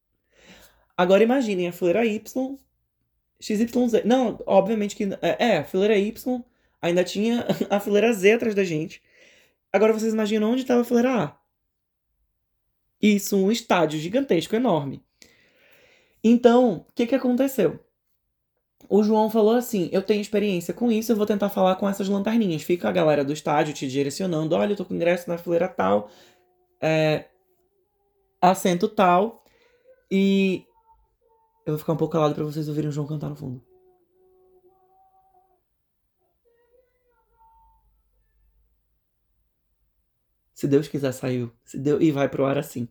Agora imaginem a fileira Y, X Y Z. Não, obviamente que. É, é, a fileira Y ainda tinha a fileira Z atrás da gente. Agora vocês imaginam onde estava a fileira A. Isso, um estádio gigantesco, enorme. Então, o que, que aconteceu? O João falou assim: eu tenho experiência com isso, eu vou tentar falar com essas lanterninhas. Fica a galera do estádio te direcionando: olha, eu tô com ingresso na fileira tal, é, assento tal, e eu vou ficar um pouco calado pra vocês ouvirem o João cantar no fundo. Se Deus quiser, saiu. Se Deus... E vai pro ar assim.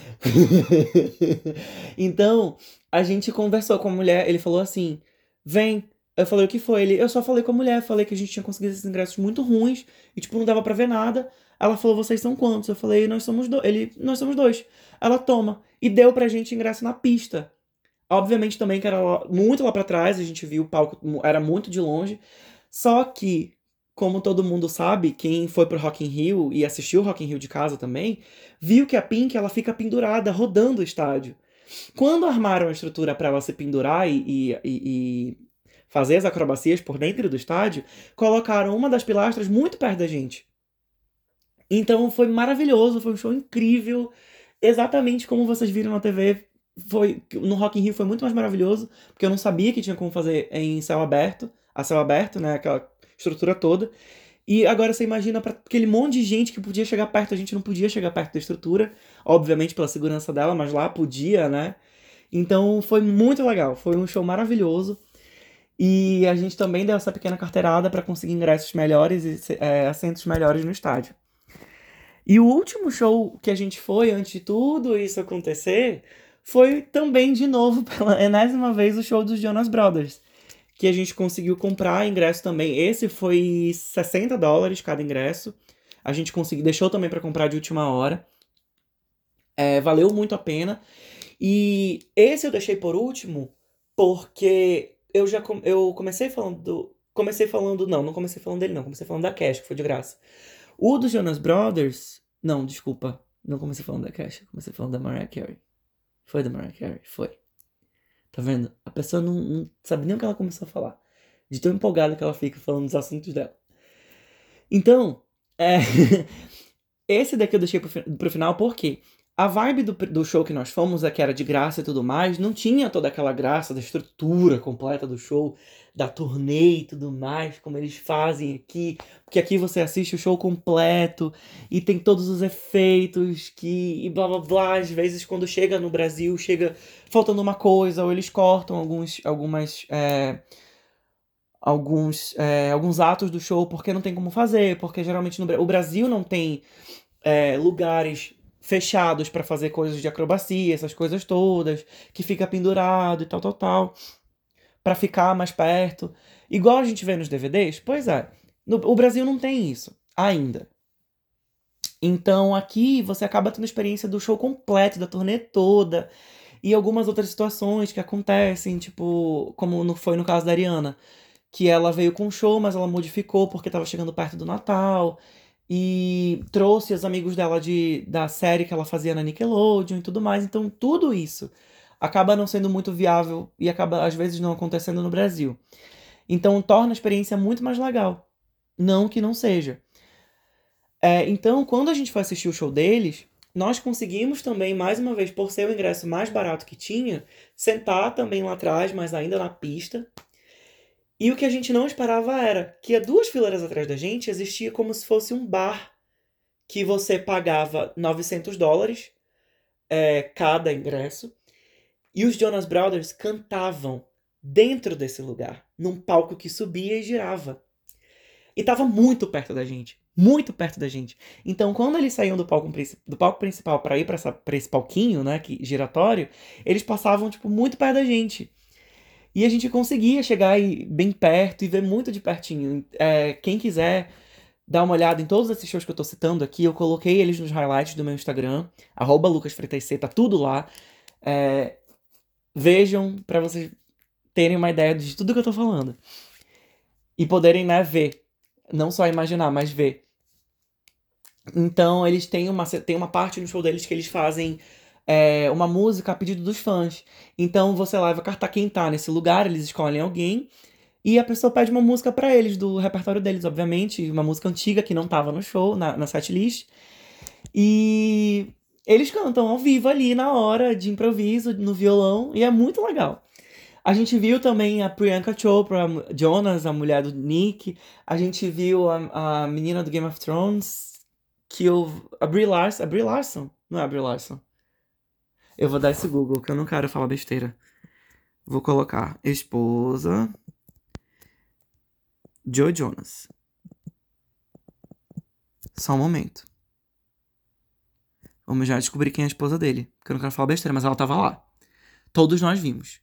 Então, a gente conversou com a mulher, ele falou assim: vem. Eu falei, o que foi? Ele, eu só falei com a mulher, falei que a gente tinha conseguido esses ingressos muito ruins e, tipo, não dava pra ver nada. Ela falou, vocês são quantos? Eu falei, nós somos dois. Ele, nós somos dois. Ela toma. E deu pra gente ingresso na pista. Obviamente também que era lá- muito lá pra trás, a gente viu o palco, mu- era muito de longe. Só que, como todo mundo sabe, quem foi pro Rock in Rio e assistiu o Rock in Rio de casa também, viu que a Pink ela fica pendurada, rodando o estádio. Quando armaram a estrutura para ela se pendurar e, e, e- e fazer as acrobacias por dentro do estádio, colocaram uma das pilastras muito perto da gente. Então foi maravilhoso, foi um show incrível, exatamente como vocês viram na T V. Foi, no Rock in Rio foi muito mais maravilhoso, porque eu não sabia que tinha como fazer em céu aberto, a céu aberto, né, aquela estrutura toda. E agora você imagina para aquele monte de gente que podia chegar perto, a gente não podia chegar perto da estrutura, obviamente pela segurança dela, mas lá podia, né? Então foi muito legal, foi um show maravilhoso. E a gente também deu essa pequena carteirada para conseguir ingressos melhores e é, assentos melhores no estádio. E o último show que a gente foi, antes de tudo isso acontecer, foi também, de novo, pela enésima vez, o show dos Jonas Brothers. Que a gente conseguiu comprar ingresso também. Esse foi sessenta dólares cada ingresso. A gente conseguiu, deixou também para comprar de última hora. É, valeu muito a pena. E esse eu deixei por último porque eu já com- eu comecei falando do, comecei falando, não, não comecei falando dele não, comecei falando da Cash, que foi de graça. O dos Jonas Brothers, não, desculpa, não comecei falando da Cash, comecei falando da Mariah Carey. Foi da Mariah Carey, foi. Tá vendo? A pessoa não, não sabe nem o que ela começou a falar. De tão empolgada que ela fica falando dos assuntos dela. Então, é, esse daqui eu deixei pro, fi- pro final porque a vibe do, do show que nós fomos, é que era de graça e tudo mais, não tinha toda aquela graça da estrutura completa do show, da turnê e tudo mais, como eles fazem aqui. Porque aqui você assiste o show completo e tem todos os efeitos que e blá blá blá. Às vezes, quando chega no Brasil, chega faltando uma coisa, ou eles cortam alguns, algumas. é, alguns, é, alguns atos do show porque não tem como fazer, porque geralmente no Bra- o Brasil não tem é, lugares fechados pra fazer coisas de acrobacia, essas coisas todas, que fica pendurado e tal, tal, tal, pra ficar mais perto. Igual a gente vê nos D V Ds, pois é. No, o Brasil não tem isso, ainda. Então aqui você acaba tendo a experiência do show completo, da turnê toda, e algumas outras situações que acontecem, tipo, como no, foi no caso da Ariana, que ela veio com um show, mas ela modificou porque estava chegando perto do Natal, e trouxe os amigos dela de, da série que ela fazia na Nickelodeon e tudo mais. Então tudo isso acaba não sendo muito viável e acaba às vezes não acontecendo no Brasil. Então torna a experiência muito mais legal. Não que não seja. É, então, quando a gente foi assistir o show deles, nós conseguimos também, mais uma vez, por ser o ingresso mais barato que tinha, sentar também lá atrás, mas ainda na pista. E o que a gente não esperava era que a duas fileiras atrás da gente existia como se fosse um bar que você pagava novecentos dólares é, cada ingresso. E os Jonas Brothers cantavam dentro desse lugar, num palco que subia e girava. E tava muito perto da gente. Muito perto da gente. Então, quando eles saíam do palco, do palco principal pra ir pra, essa, pra esse palquinho, né, que, giratório, eles passavam, tipo, muito perto da gente. E a gente conseguia chegar aí bem perto e ver muito de pertinho. É, quem quiser dar uma olhada em todos esses shows que eu tô citando aqui, eu coloquei eles nos highlights do meu Instagram, arroba lucasfreitacc, tá tudo lá. É, vejam pra vocês terem uma ideia de tudo que eu tô falando. E poderem, né, ver. Não só imaginar, mas ver. Então, eles têm uma, tem uma parte no show deles que eles fazem é, uma música a pedido dos fãs. Então, você lá vai cartar quem tá nesse lugar, eles escolhem alguém, e a pessoa pede uma música pra eles, do repertório deles, obviamente, uma música antiga que não tava no show, na, na setlist. E eles cantam ao vivo ali, na hora, de improviso, no violão, e é muito legal. A gente viu também a Priyanka Chopra, a Jonas, a mulher do Nick. A gente viu a, a menina do Game of Thrones, que eu... A Brie Larson. A Brie Larson? Não é a Brie Larson. Eu vou dar esse Google, que eu não quero falar besteira. Vou colocar esposa Joe Jonas. Só um momento. Vamos já descobrir quem é a esposa dele. Porque eu não quero falar besteira, mas ela tava lá. Todos nós vimos.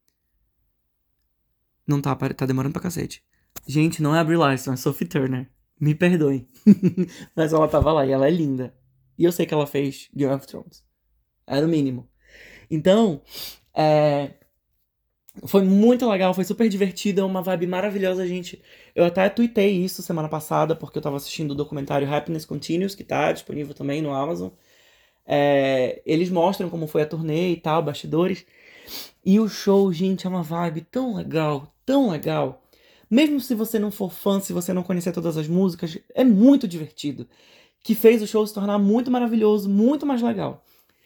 Não tá, tá demorando pra cacete. Gente, não é a Brie Larson, é a Sophie Turner. Me perdoem. Mas ela tava lá e ela é linda. E eu sei que ela fez Game of Thrones. Era o mínimo. Então, é... foi muito legal, foi super divertido, é uma vibe maravilhosa, gente. Eu até tuitei isso semana passada, porque eu tava assistindo o documentário Happiness Continues, que tá disponível também no Amazon. É... Eles mostram como foi a turnê e tal, bastidores. E o show, gente, é uma vibe tão legal, tão legal. Mesmo se você não for fã, se você não conhecer todas as músicas, é muito divertido. Que fez o show se tornar muito maravilhoso, muito mais legal.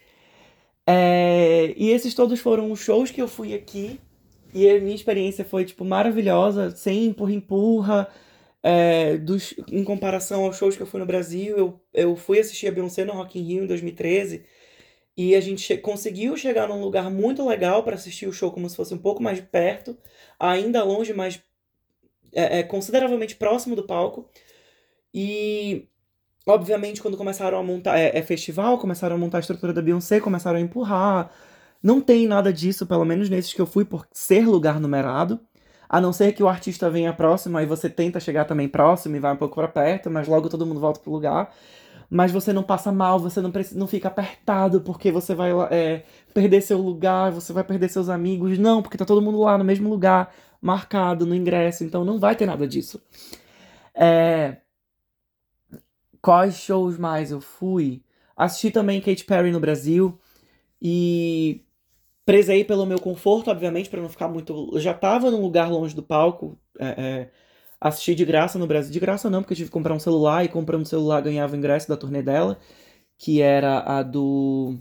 É... E esses todos foram os shows que eu fui aqui. E a minha experiência foi, tipo, maravilhosa, sem empurra-empurra. É... Dos... Em comparação aos shows que eu fui no Brasil, eu, eu fui assistir a Beyoncé no Rock in Rio em dois mil e treze. E a gente che- conseguiu chegar num lugar muito legal para assistir o show como se fosse um pouco mais de perto, ainda longe, mas é, é, consideravelmente próximo do palco. E, obviamente, quando começaram a montar. É, é festival, começaram a montar a estrutura da Beyoncé, começaram a empurrar. Não tem nada disso, pelo menos nesses que eu fui, por ser lugar numerado. A não ser que o artista venha próximo, aí você tenta chegar também próximo e vai um pouco para perto, mas logo todo mundo volta pro lugar. Mas você não passa mal, você não, precisa, não fica apertado porque você vai é, perder seu lugar, você vai perder seus amigos. Não, porque tá todo mundo lá no mesmo lugar, marcado no ingresso, então não vai ter nada disso. É... Quais shows mais eu fui? Assisti também Katy Perry no Brasil e prezei pelo meu conforto, obviamente, para não ficar muito. Eu já tava num lugar longe do palco. É, é... Assisti de graça no Brasil. De graça não, porque eu tive que comprar um celular e comprando um celular ganhava o ingresso da turnê dela, que era a do.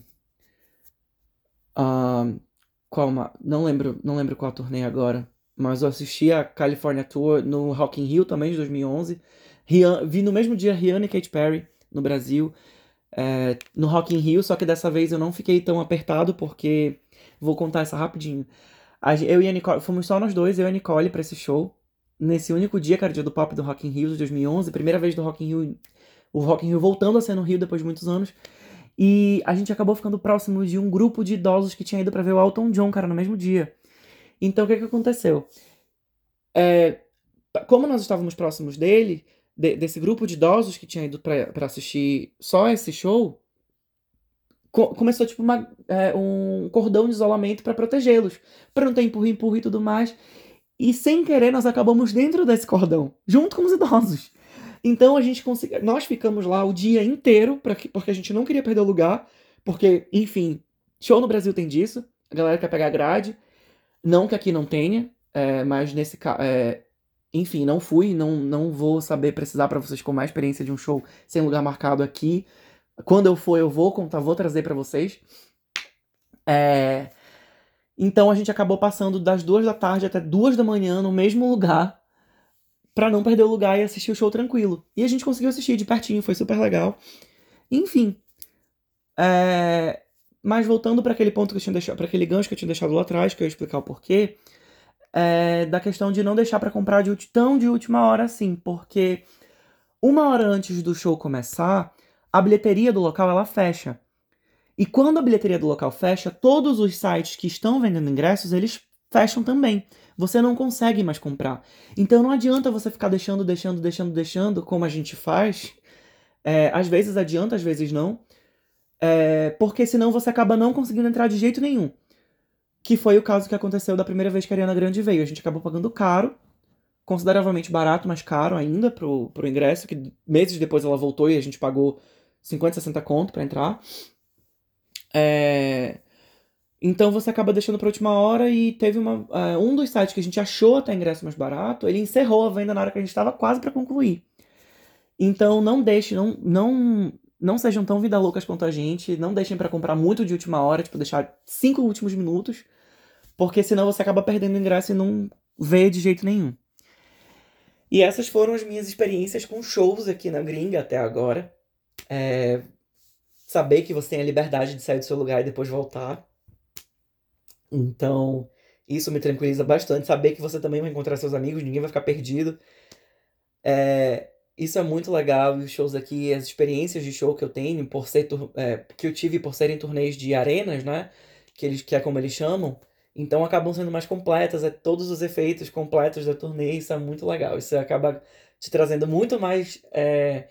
ah, qual uma... Não lembro, não lembro qual a turnê agora. Mas eu assisti a California Tour no Rock in Rio também, de dois mil e onze. Rihan... Vi no mesmo dia Rihanna e Katy Perry no Brasil, é, no Rock in Rio, só que dessa vez eu não fiquei tão apertado, porque... Vou contar essa rapidinho. A gen- Eu e a Nicole, fomos só nós dois, eu e a Nicole, pra esse show. Nesse único dia, que era o dia do pop do Rock in Rio de dois mil e onze, primeira vez do Rock in Rio, o Rock in Rio voltando a ser no Rio depois de muitos anos. E a gente acabou ficando próximo de um grupo de idosos que tinha ido pra ver o Elton John, cara, no mesmo dia. Então o que que aconteceu? Como nós estávamos próximos dele, de- desse grupo de idosos que tinha ido pra pra assistir só esse show, co- começou tipo uma, é, um cordão de isolamento pra protegê-los, pra não ter empurra-empurra e tudo mais. E sem querer nós acabamos dentro desse cordão, junto com os idosos. Então a gente conseguiu, nós ficamos lá o dia inteiro pra que- porque a gente não queria perder o lugar, porque, enfim, show no Brasil tem disso, a galera quer pegar grade, não que aqui não tenha, é, mas nesse caso, enfim, não fui, não, não vou saber precisar pra vocês como é a experiência de um show sem lugar marcado aqui. Quando eu for, eu vou contar, vou trazer pra vocês. É, então a gente acabou passando das duas da tarde até duas da manhã no mesmo lugar pra não perder o lugar e assistir o show tranquilo. E a gente conseguiu assistir de pertinho, foi super legal. Enfim, é, mas voltando pra aquele ponto que eu tinha deixado, para aquele gancho que eu tinha deixado lá atrás, que eu ia explicar o porquê, é, da questão de não deixar pra comprar de ulti- tão de última hora assim, porque uma hora antes do show começar, a bilheteria do local ela fecha. E quando a bilheteria do local fecha, todos os sites que estão vendendo ingressos, eles fecham também. Você não consegue mais comprar. Então não adianta você ficar deixando, deixando, deixando, deixando, como a gente faz. É, às vezes adianta, às vezes não. É, porque senão você acaba não conseguindo entrar de jeito nenhum. Que foi o caso que aconteceu da primeira vez que a Ariana Grande veio. A gente acabou pagando caro, consideravelmente barato, mas caro ainda pro, pro ingresso, que meses depois ela voltou e a gente pagou cinquenta, sessenta conto pra entrar. É, então você acaba deixando pra última hora e teve uma, é, um dos sites que a gente achou até ingresso mais barato, ele encerrou a venda na hora que a gente estava quase pra concluir. Então não deixe, não, não, não sejam tão vida loucas quanto a gente, não deixem pra comprar muito de última hora, tipo deixar cinco últimos minutos, porque senão você acaba perdendo o ingresso e não vê de jeito nenhum. E essas foram as minhas experiências com shows aqui na gringa até agora. É, saber que você tem a liberdade de sair do seu lugar e depois voltar. Então, isso me tranquiliza bastante. Saber que você também vai encontrar seus amigos, ninguém vai ficar perdido. É, isso é muito legal. E os shows aqui, as experiências de show que eu tenho, por ser tur- é, que eu tive por serem turnês de arenas, né? Que, eles, que é como eles chamam. Então acabam sendo mais completas, é todos os efeitos completos da turnê, isso é muito legal. Isso acaba te trazendo muito mais é,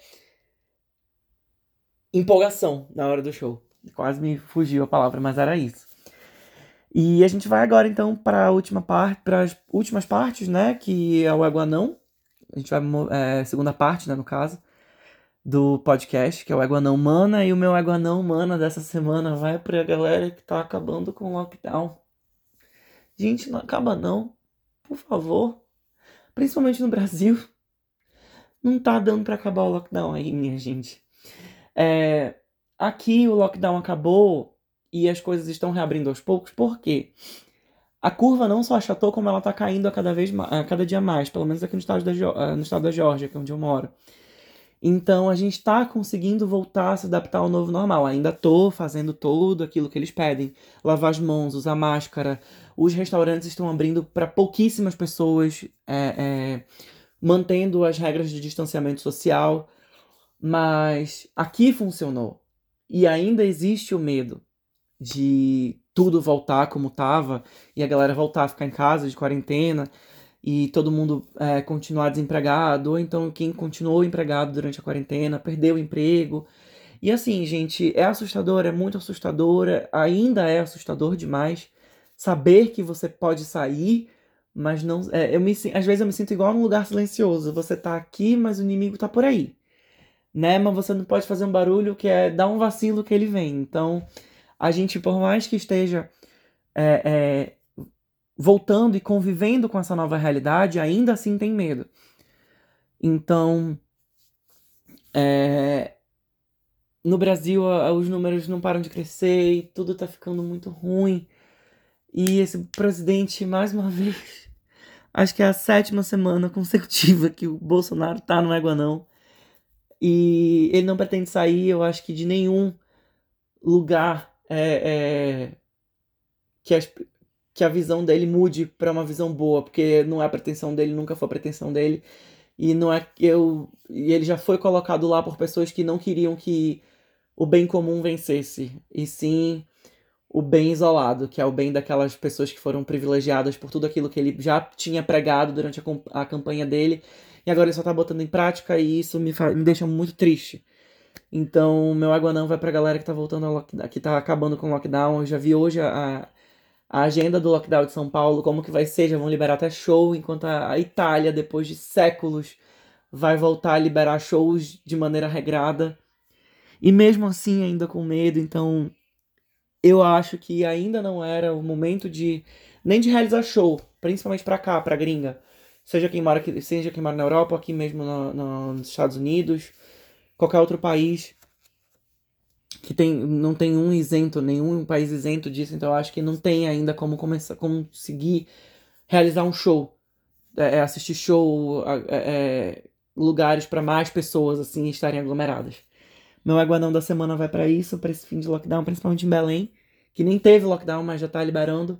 empolgação na hora do show. Quase me fugiu a palavra, mas era isso. E a gente vai agora então para a última parte, para as últimas partes, né? Que é o Eguanão. A gente vai, mo- é, segunda parte, né, no caso, do podcast, que é o Eguanão Mana. E o meu Eguanão Mana dessa semana vai pra galera que tá acabando com o lockdown. Gente, não acaba não, por favor. Principalmente no Brasil. Não tá dando pra acabar o lockdown aí, minha gente. É, aqui o lockdown acabou e as coisas estão reabrindo aos poucos, por quê? A curva não só achatou, como ela tá caindo a cada vez ma- a cada dia mais, pelo menos aqui no estado da, Geo- eh, no estado da Geórgia, que é onde eu moro. Então a gente tá conseguindo voltar a se adaptar ao novo normal. Ainda tô fazendo tudo aquilo que eles pedem: lavar as mãos, usar máscara. Os restaurantes estão abrindo para pouquíssimas pessoas, é, é, mantendo as regras de distanciamento social. Mas aqui funcionou. E ainda existe o medo de tudo voltar como tava e a galera voltar a ficar em casa de quarentena e todo mundo é, continuar desempregado, ou então quem continuou empregado durante a quarentena perdeu o emprego. E assim, gente, é assustador, é muito assustador, ainda é assustador demais saber que você pode sair, mas não. É, eu me, sin- às vezes eu me sinto igual num lugar silencioso. Você tá aqui, mas o inimigo tá por aí, né? Mas você não pode fazer um barulho que é dar um vacilo que ele vem. Então, a gente, por mais que esteja é, é, voltando e convivendo com essa nova realidade, ainda assim tem medo. Então, é, no Brasil, a- os números não param de crescer e tudo tá ficando muito ruim. E esse presidente, mais uma vez, acho que é a sétima semana consecutiva que o Bolsonaro tá no Eguanão. E ele não pretende sair, eu acho que de nenhum lugar é, é, que, as- que a visão dele mude para uma visão boa, porque não é a pretensão dele, nunca foi a pretensão dele. E não é que eu. E ele já foi colocado lá por pessoas que não queriam que o bem comum vencesse, e sim o bem isolado, que é o bem daquelas pessoas que foram privilegiadas por tudo aquilo que ele já tinha pregado durante a, com- a campanha dele, e agora ele só tá botando em prática, e isso me, fa- me deixa muito triste. Então, meu água não vai pra galera que tá voltando ao lockdown, que tá acabando com o lockdown. Eu já vi hoje a, a agenda do lockdown de São Paulo, como que vai ser, já vão liberar até show, enquanto a, a Itália, depois de séculos, vai voltar a liberar shows de maneira regrada. E mesmo assim, ainda com medo, então eu acho que ainda não era o momento de nem de realizar show, principalmente pra cá, pra gringa. Seja quem mora aqui, seja quem mora na Europa, aqui mesmo no- no- nos Estados Unidos, qualquer outro país que tem, não tem um isento, nenhum país isento disso, então eu acho que não tem ainda como começar, como conseguir realizar um show, é, é, assistir show, a- é, é, lugares pra mais pessoas assim estarem aglomeradas. Meu aguardão da semana vai pra isso, pra esse fim de lockdown, principalmente em Belém, que nem teve lockdown, mas já tá liberando.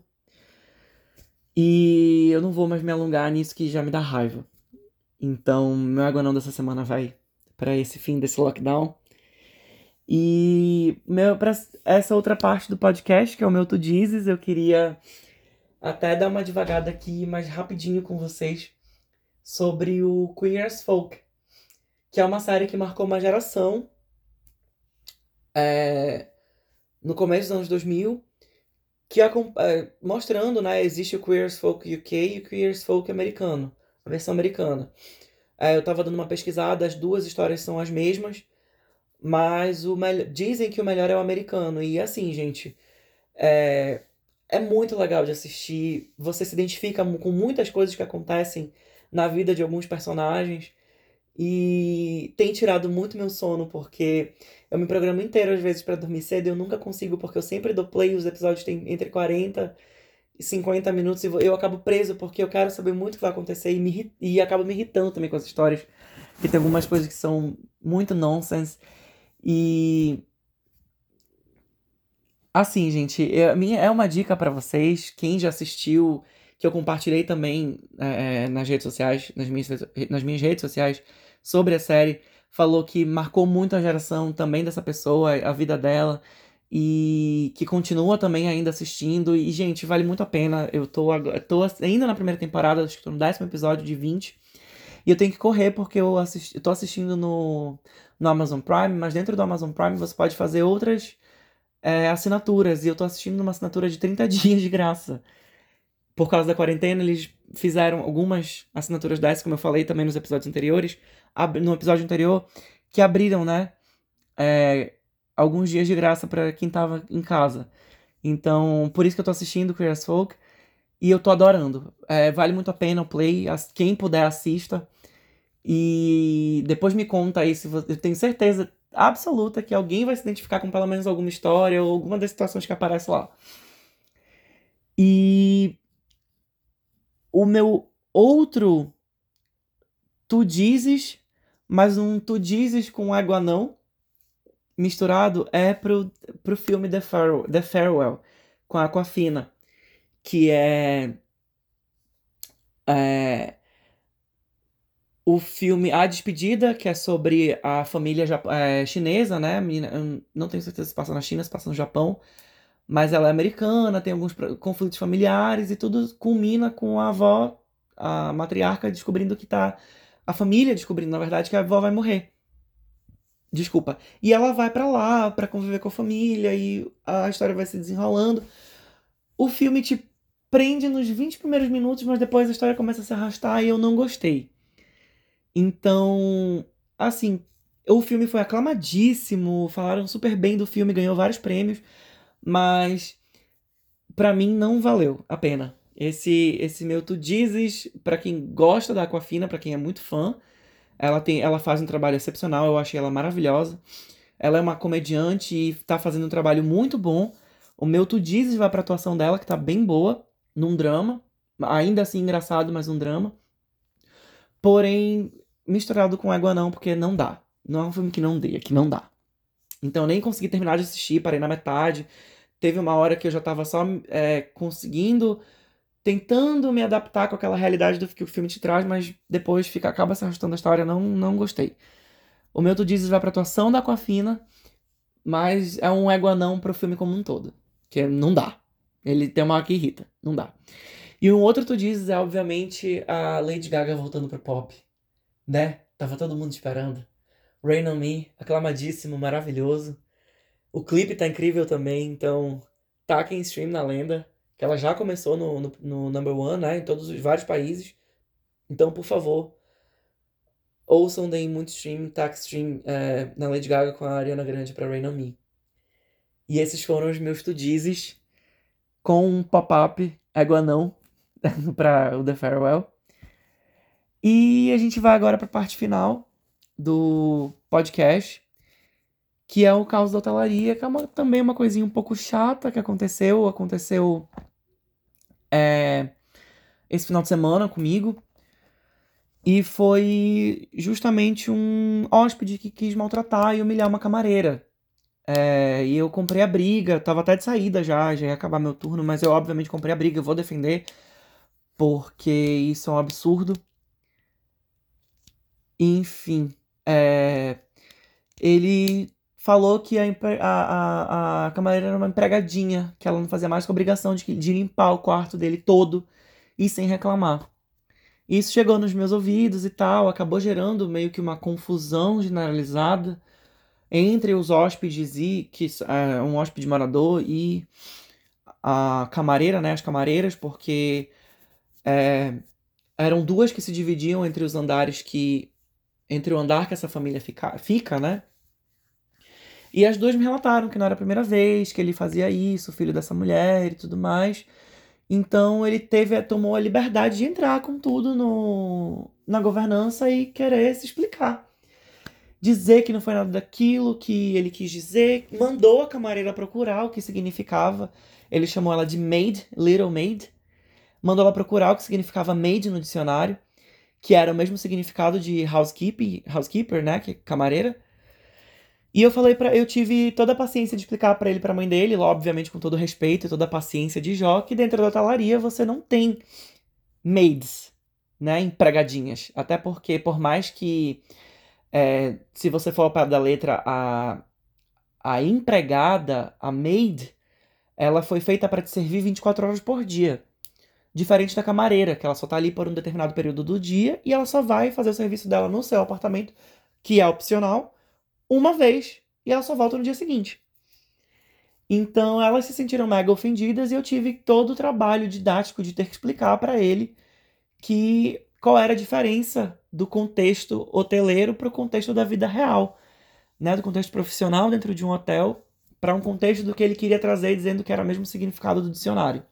E eu não vou mais me alongar nisso que já me dá raiva. Então, meu aguardão dessa semana vai pra esse fim desse lockdown. E meu, pra essa outra parte do podcast, que é o meu Tu Dizes, eu queria até dar uma devagada aqui mais rapidinho com vocês sobre o Queer as Folk, que é uma série que marcou uma geração é, no começo dos anos dois mil, que acom- é, mostrando, né, existe o Queer as Folk U K e o Queer as Folk americano, a versão americana. É, eu tava dando uma pesquisada, as duas histórias são as mesmas, mas o mel- dizem que o melhor é o americano. E assim, gente, é, é muito legal de assistir. Você se identifica mu- com muitas coisas que acontecem na vida de alguns personagens. E tem tirado muito meu sono, porque eu me programo inteiro às vezes pra dormir cedo e eu nunca consigo, porque eu sempre dou play, os episódios têm entre quarenta e cinquenta minutos e vo- eu acabo preso porque eu quero saber muito o que vai acontecer e, me, irri- e acabo me irritando também com as histórias. E tem algumas coisas que são muito nonsense. E assim, gente, é, a minha, é uma dica pra vocês, quem já assistiu, que eu compartilhei também é, é, nas redes sociais, nas minhas, nas minhas redes sociais, sobre a série, falou que marcou muito a geração também dessa pessoa, a vida dela, e que continua também ainda assistindo. E, gente, vale muito a pena. Eu tô, agora- tô ainda na primeira temporada, acho que tô no décimo episódio de vinte e eu tenho que correr porque eu, assisti, eu tô assistindo no, no Amazon Prime, mas dentro do Amazon Prime você pode fazer outras é, assinaturas, e eu tô assistindo numa assinatura de trinta dias de graça. Por causa da quarentena, eles fizeram algumas assinaturas dessas, como eu falei também nos episódios anteriores, ab- no episódio anterior, que abriram, né, é, alguns dias de graça pra quem tava em casa. Então, por isso que eu tô assistindo Queer as Folk, e eu tô adorando. É, vale muito a pena o play, as- quem puder assista. E depois me conta aí se você. Eu tenho certeza absoluta que alguém vai se identificar com pelo menos alguma história ou alguma das situações que aparece lá. E o meu outro tu dizes, mas um tu dizes com água não misturado é pro, pro filme The Farewell, The Farewell com a Aquafina, que é, é o filme A Despedida, que é sobre a família jap- é, chinesa, né? A menina- eu não tenho certeza se passa na China, se passa no Japão, mas ela é americana, tem alguns pro- conflitos familiares e tudo culmina com a avó, a matriarca, descobrindo que tá. A família descobrindo, na verdade, que a avó vai morrer. Desculpa. E ela vai pra lá pra conviver com a família e a história vai se desenrolando. O filme te prende nos vinte primeiros minutos, mas depois a história começa a se arrastar e eu não gostei. Então, assim, o filme foi aclamadíssimo, falaram super bem do filme, ganhou vários prêmios, mas pra mim não valeu a pena. Esse esse meu Tu Dizes, pra quem gosta da Aquafina, pra quem é muito fã, ela tem ela faz um trabalho excepcional, eu achei ela maravilhosa. Ela é uma comediante e tá fazendo um trabalho muito bom. O meu Tu Dizes vai pra atuação dela, que tá bem boa, num drama, ainda assim engraçado, mas um drama. Porém, misturado com Água não, porque não dá. Não é um filme que não dê, é que não dá. Então eu nem consegui terminar de assistir, parei na metade. Teve uma hora que eu já tava só é, conseguindo, tentando me adaptar com aquela realidade do que o filme te traz, mas depois fica, acaba se arrastando a história, não, não gostei. O meu Tu Dizes vai pra atuação da Aquafina, mas é um égua não pro filme como um todo. que não dá. Ele tem uma hora que irrita, não dá. E um outro tu dizes é, obviamente, a Lady Gaga voltando pro pop, né? Tava todo mundo esperando. Rain on Me, aclamadíssimo, maravilhoso. O clipe tá incrível também, então taquem stream na lenda, que ela já começou no, no, no number one, né? Em todos os vários países. Então, por favor, ouçam, deem muito stream, taque stream é, na Lady Gaga com a Ariana Grande pra Rain on Me. E esses foram os meus tu dizes com um pop-up égua não para o The Farewell. E a gente vai agora para a parte final do podcast, que é o caos da hotelaria, que é uma, também uma coisinha um pouco chata que aconteceu. Aconteceu é, esse final de semana comigo. E foi justamente um hóspede que quis maltratar e humilhar uma camareira. É, e eu comprei a briga, tava até de saída já, já ia acabar meu turno, mas eu obviamente comprei a briga, eu vou defender, porque isso é um absurdo. Enfim, é, ele falou que a, empre- a, a, a camareira era uma empregadinha, que ela não fazia mais que a obrigação de, de limpar o quarto dele todo e sem reclamar. Isso chegou nos meus ouvidos e tal, acabou gerando meio que uma confusão generalizada entre os hóspedes e que é, um hóspede morador e a camareira, né, as camareiras, porque é, eram duas que se dividiam entre os andares que entre o andar que essa família fica, fica, né? E as duas me relataram que não era a primeira vez que ele fazia isso, o filho dessa mulher e tudo mais. Então ele teve, tomou a liberdade de entrar com tudo no, na governança e querer se explicar. Dizer que não foi nada daquilo que ele quis dizer, mandou a camareira procurar o que significava. Ele chamou ela de maid, little maid. Mandou ela procurar o que significava maid no dicionário, que era o mesmo significado de housekeeper, housekeeper, né, que é camareira. E eu falei para, eu tive toda a paciência de explicar para ele, para a mãe dele, obviamente com todo respeito e toda a paciência de Jó, que dentro da hotelaria você não tem maids, né, empregadinhas. Até porque, por mais que, é, se você for ao pé da letra, a, a empregada, a maid, ela foi feita para te servir vinte e quatro horas por dia. Diferente da camareira, que ela só tá ali por um determinado período do dia e ela só vai fazer o serviço dela no seu apartamento, que é opcional, uma vez, e ela só volta no dia seguinte. Então elas se sentiram mega ofendidas e eu tive todo o trabalho didático de ter que explicar para ele que qual era a diferença do contexto hoteleiro para o contexto da vida real, né? Do contexto profissional dentro de um hotel para um contexto do que ele queria trazer, dizendo que era o mesmo significado do dicionário.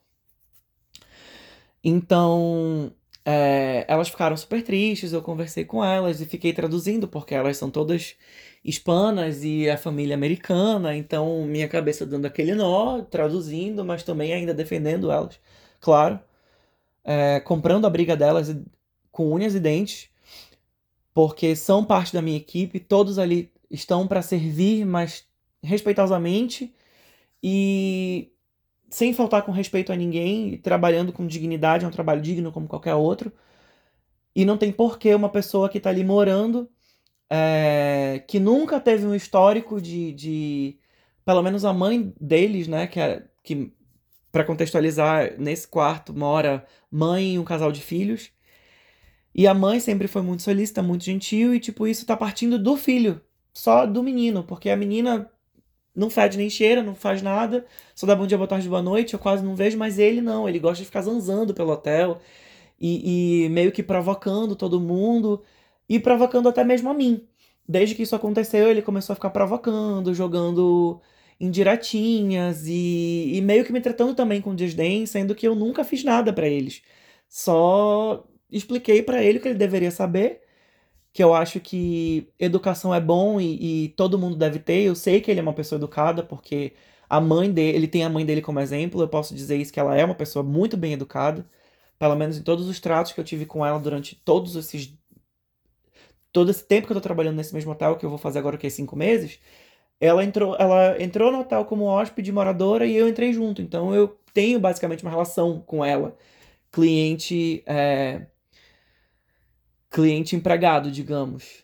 Então, é, elas ficaram super tristes, eu conversei com elas e fiquei traduzindo, porque elas são todas hispanas e a família americana, então minha cabeça dando aquele nó, traduzindo, mas também ainda defendendo elas, claro, é, comprando a briga delas com unhas e dentes, porque são parte da minha equipe, todos ali estão para servir, mas respeitosamente e sem faltar com respeito a ninguém, trabalhando com dignidade, é um trabalho digno como qualquer outro. E não tem porquê uma pessoa que está ali morando, é, que nunca teve um histórico de, de. Pelo menos a mãe deles, né? Que, era, que para contextualizar, nesse quarto mora mãe e um casal de filhos. E a mãe sempre foi muito solícita, muito gentil, e tipo, isso tá partindo do filho, só do menino, porque a menina não fede nem cheira, não faz nada, só dá bom dia, boa tarde, boa noite, eu quase não vejo, mas ele não, ele gosta de ficar zanzando pelo hotel e, e meio que provocando todo mundo e provocando até mesmo a mim. Desde que isso aconteceu, ele começou a ficar provocando, jogando indiretinhas e, e meio que me tratando também com desdém, sendo que eu nunca fiz nada pra eles. Só expliquei pra ele o que ele deveria saber, que eu acho que educação é bom e, e todo mundo deve ter. Eu sei que ele é uma pessoa educada, porque a mãe dele, ele tem a mãe dele como exemplo. Eu posso dizer isso, que ela é uma pessoa muito bem educada, pelo menos em todos os tratos que eu tive com ela durante todos esses todo esse tempo que eu tô trabalhando nesse mesmo hotel, que eu vou fazer agora o que cinco meses. Ela entrou, ela entrou no hotel como hóspede moradora e eu entrei junto. Então eu tenho basicamente uma relação com ela, cliente é, cliente empregado, digamos.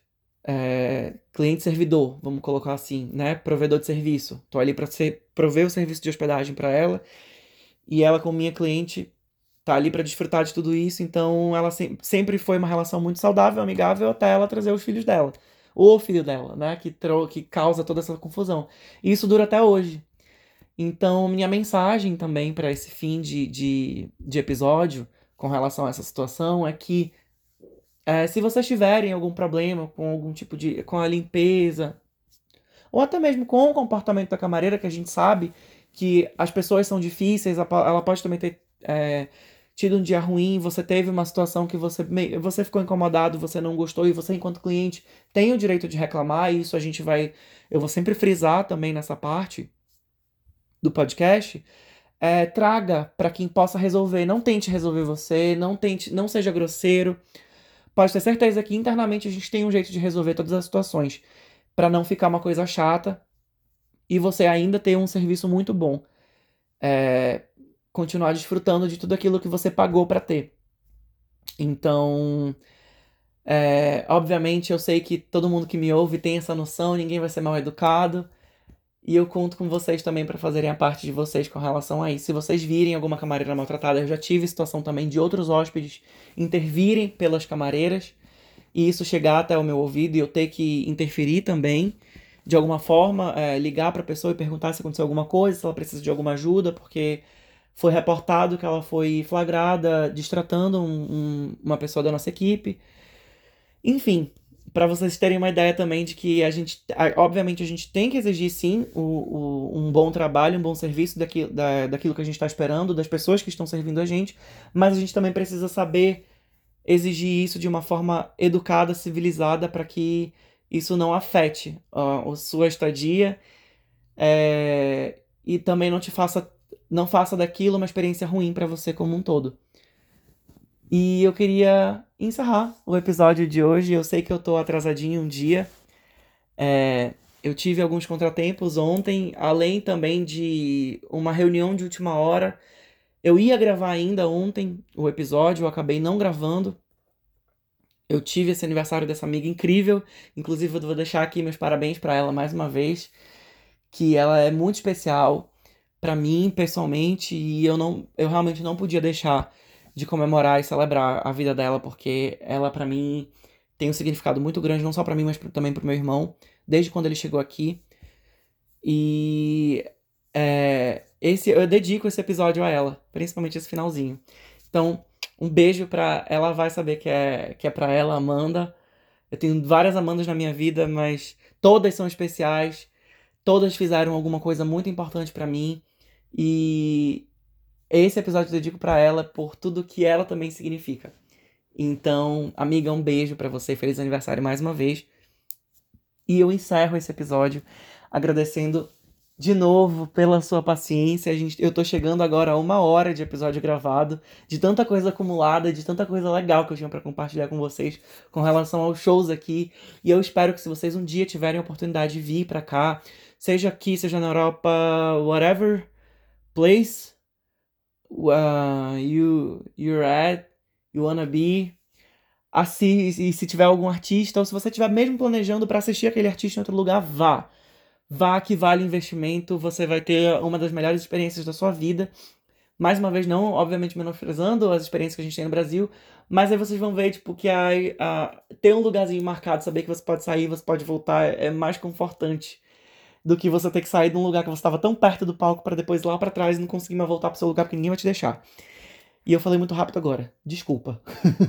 é, cliente-servidor, vamos colocar assim, né? Provedor de serviço. Tô ali para prover o serviço de hospedagem para ela e ela, como minha cliente, tá ali para desfrutar de tudo isso. Então, ela se sempre foi uma relação muito saudável, amigável, até ela trazer os filhos dela. O filho dela, né? Que, que causa toda essa confusão. E isso dura até hoje. Então, minha mensagem também para esse fim de, de, de episódio com relação a essa situação é que é, se vocês tiverem algum problema com algum tipo de, com a limpeza, ou até mesmo com o comportamento da camareira, que a gente sabe que as pessoas são difíceis, ela pode também ter é, tido um dia ruim, você teve uma situação que você, você ficou incomodado, você não gostou, e você, enquanto cliente, tem o direito de reclamar, e isso a gente vai, eu vou sempre frisar também nessa parte do podcast. É, traga para quem possa resolver, não tente resolver você, não tente, não seja grosseiro. Pode ter certeza que internamente a gente tem um jeito de resolver todas as situações, para não ficar uma coisa chata e você ainda ter um serviço muito bom. É, continuar desfrutando de tudo aquilo que você pagou para ter. Então, é, obviamente eu sei que todo mundo que me ouve tem essa noção, ninguém vai ser mal educado. E eu conto com vocês também para fazerem a parte de vocês com relação a isso. Se vocês virem alguma camareira maltratada, eu já tive situação também de outros hóspedes intervirem pelas camareiras e isso chegar até o meu ouvido e eu ter que interferir também, de alguma forma, é, ligar para a pessoa e perguntar se aconteceu alguma coisa, se ela precisa de alguma ajuda, porque foi reportado que ela foi flagrada destratando um, um, uma pessoa da nossa equipe. Enfim, para vocês terem uma ideia também de que a gente, obviamente, a gente tem que exigir sim o, o, um bom trabalho, um bom serviço daquilo, da, daquilo que a gente está esperando, das pessoas que estão servindo a gente, mas a gente também precisa saber exigir isso de uma forma educada, civilizada, para que isso não afete uh, a sua estadia é, e também não te faça, não faça daquilo uma experiência ruim para você como um todo. E eu queria encerrar o episódio de hoje. Eu sei que eu tô atrasadinho um dia. É, eu tive alguns contratempos ontem, além também de uma reunião de última hora. Eu ia gravar ainda ontem o episódio, eu acabei não gravando. Eu tive esse aniversário dessa amiga incrível. Inclusive, eu vou deixar aqui meus parabéns para ela mais uma vez. Que ela é muito especial para mim, pessoalmente. E eu, não, eu realmente não podia deixar de comemorar e celebrar a vida dela, porque ela, para mim, tem um significado muito grande, não só para mim, mas também pro meu irmão, desde quando ele chegou aqui. E é, esse, eu dedico esse episódio a ela, principalmente esse finalzinho. Então, um beijo pra ela, vai saber que é, que é pra ela, Amanda. Eu tenho várias Amandas na minha vida, mas todas são especiais. Todas fizeram alguma coisa muito importante pra mim. E esse episódio eu dedico pra ela por tudo que ela também significa. Então, amiga, um beijo pra você. Feliz aniversário mais uma vez. E eu encerro esse episódio agradecendo de novo pela sua paciência. A gente, eu tô chegando agora a uma hora de episódio gravado, de tanta coisa acumulada, de tanta coisa legal que eu tinha pra compartilhar com vocês com relação aos shows aqui. E eu espero que se vocês um dia tiverem a oportunidade de vir pra cá, seja aqui, seja na Europa, whatever place uh, you, you're at, you wanna be. Assim, e se tiver algum artista, ou se você estiver mesmo planejando para assistir aquele artista em outro lugar, vá. Vá que vale o investimento, você vai ter uma das melhores experiências da sua vida. Mais uma vez, não, obviamente, menosprezando as experiências que a gente tem no Brasil, mas aí vocês vão ver, tipo, que a, a, ter um lugarzinho marcado, saber que você pode sair, você pode voltar, é mais confortante do que você ter que sair de um lugar que você estava tão perto do palco para depois ir lá para trás e não conseguir mais voltar pro seu lugar porque ninguém vai te deixar. E eu falei muito rápido agora, desculpa.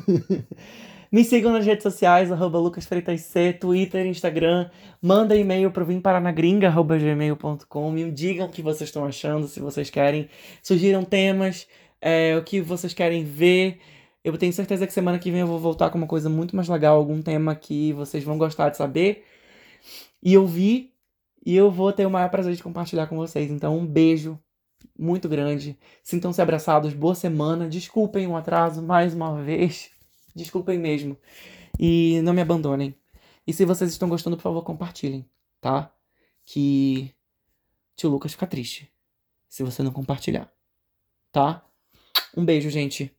Me sigam nas redes sociais, arroba lucasfreitasc, Twitter, Instagram. Manda e-mail pro vimparanagringa, arroba gmail ponto com. Me digam o que vocês estão achando, se vocês querem. Sugiram temas, é, o que vocês querem ver. Eu tenho certeza que semana que vem eu vou voltar com uma coisa muito mais legal, algum tema que vocês vão gostar de saber e ouvir. E eu vou ter o maior prazer de compartilhar com vocês. Então, um beijo muito grande. Sintam-se abraçados. Boa semana. Desculpem o atraso mais uma vez. Desculpem mesmo. E não me abandonem. E se vocês estão gostando, por favor, compartilhem, tá? Que tio Lucas fica triste se você não compartilhar, tá? Um beijo, gente.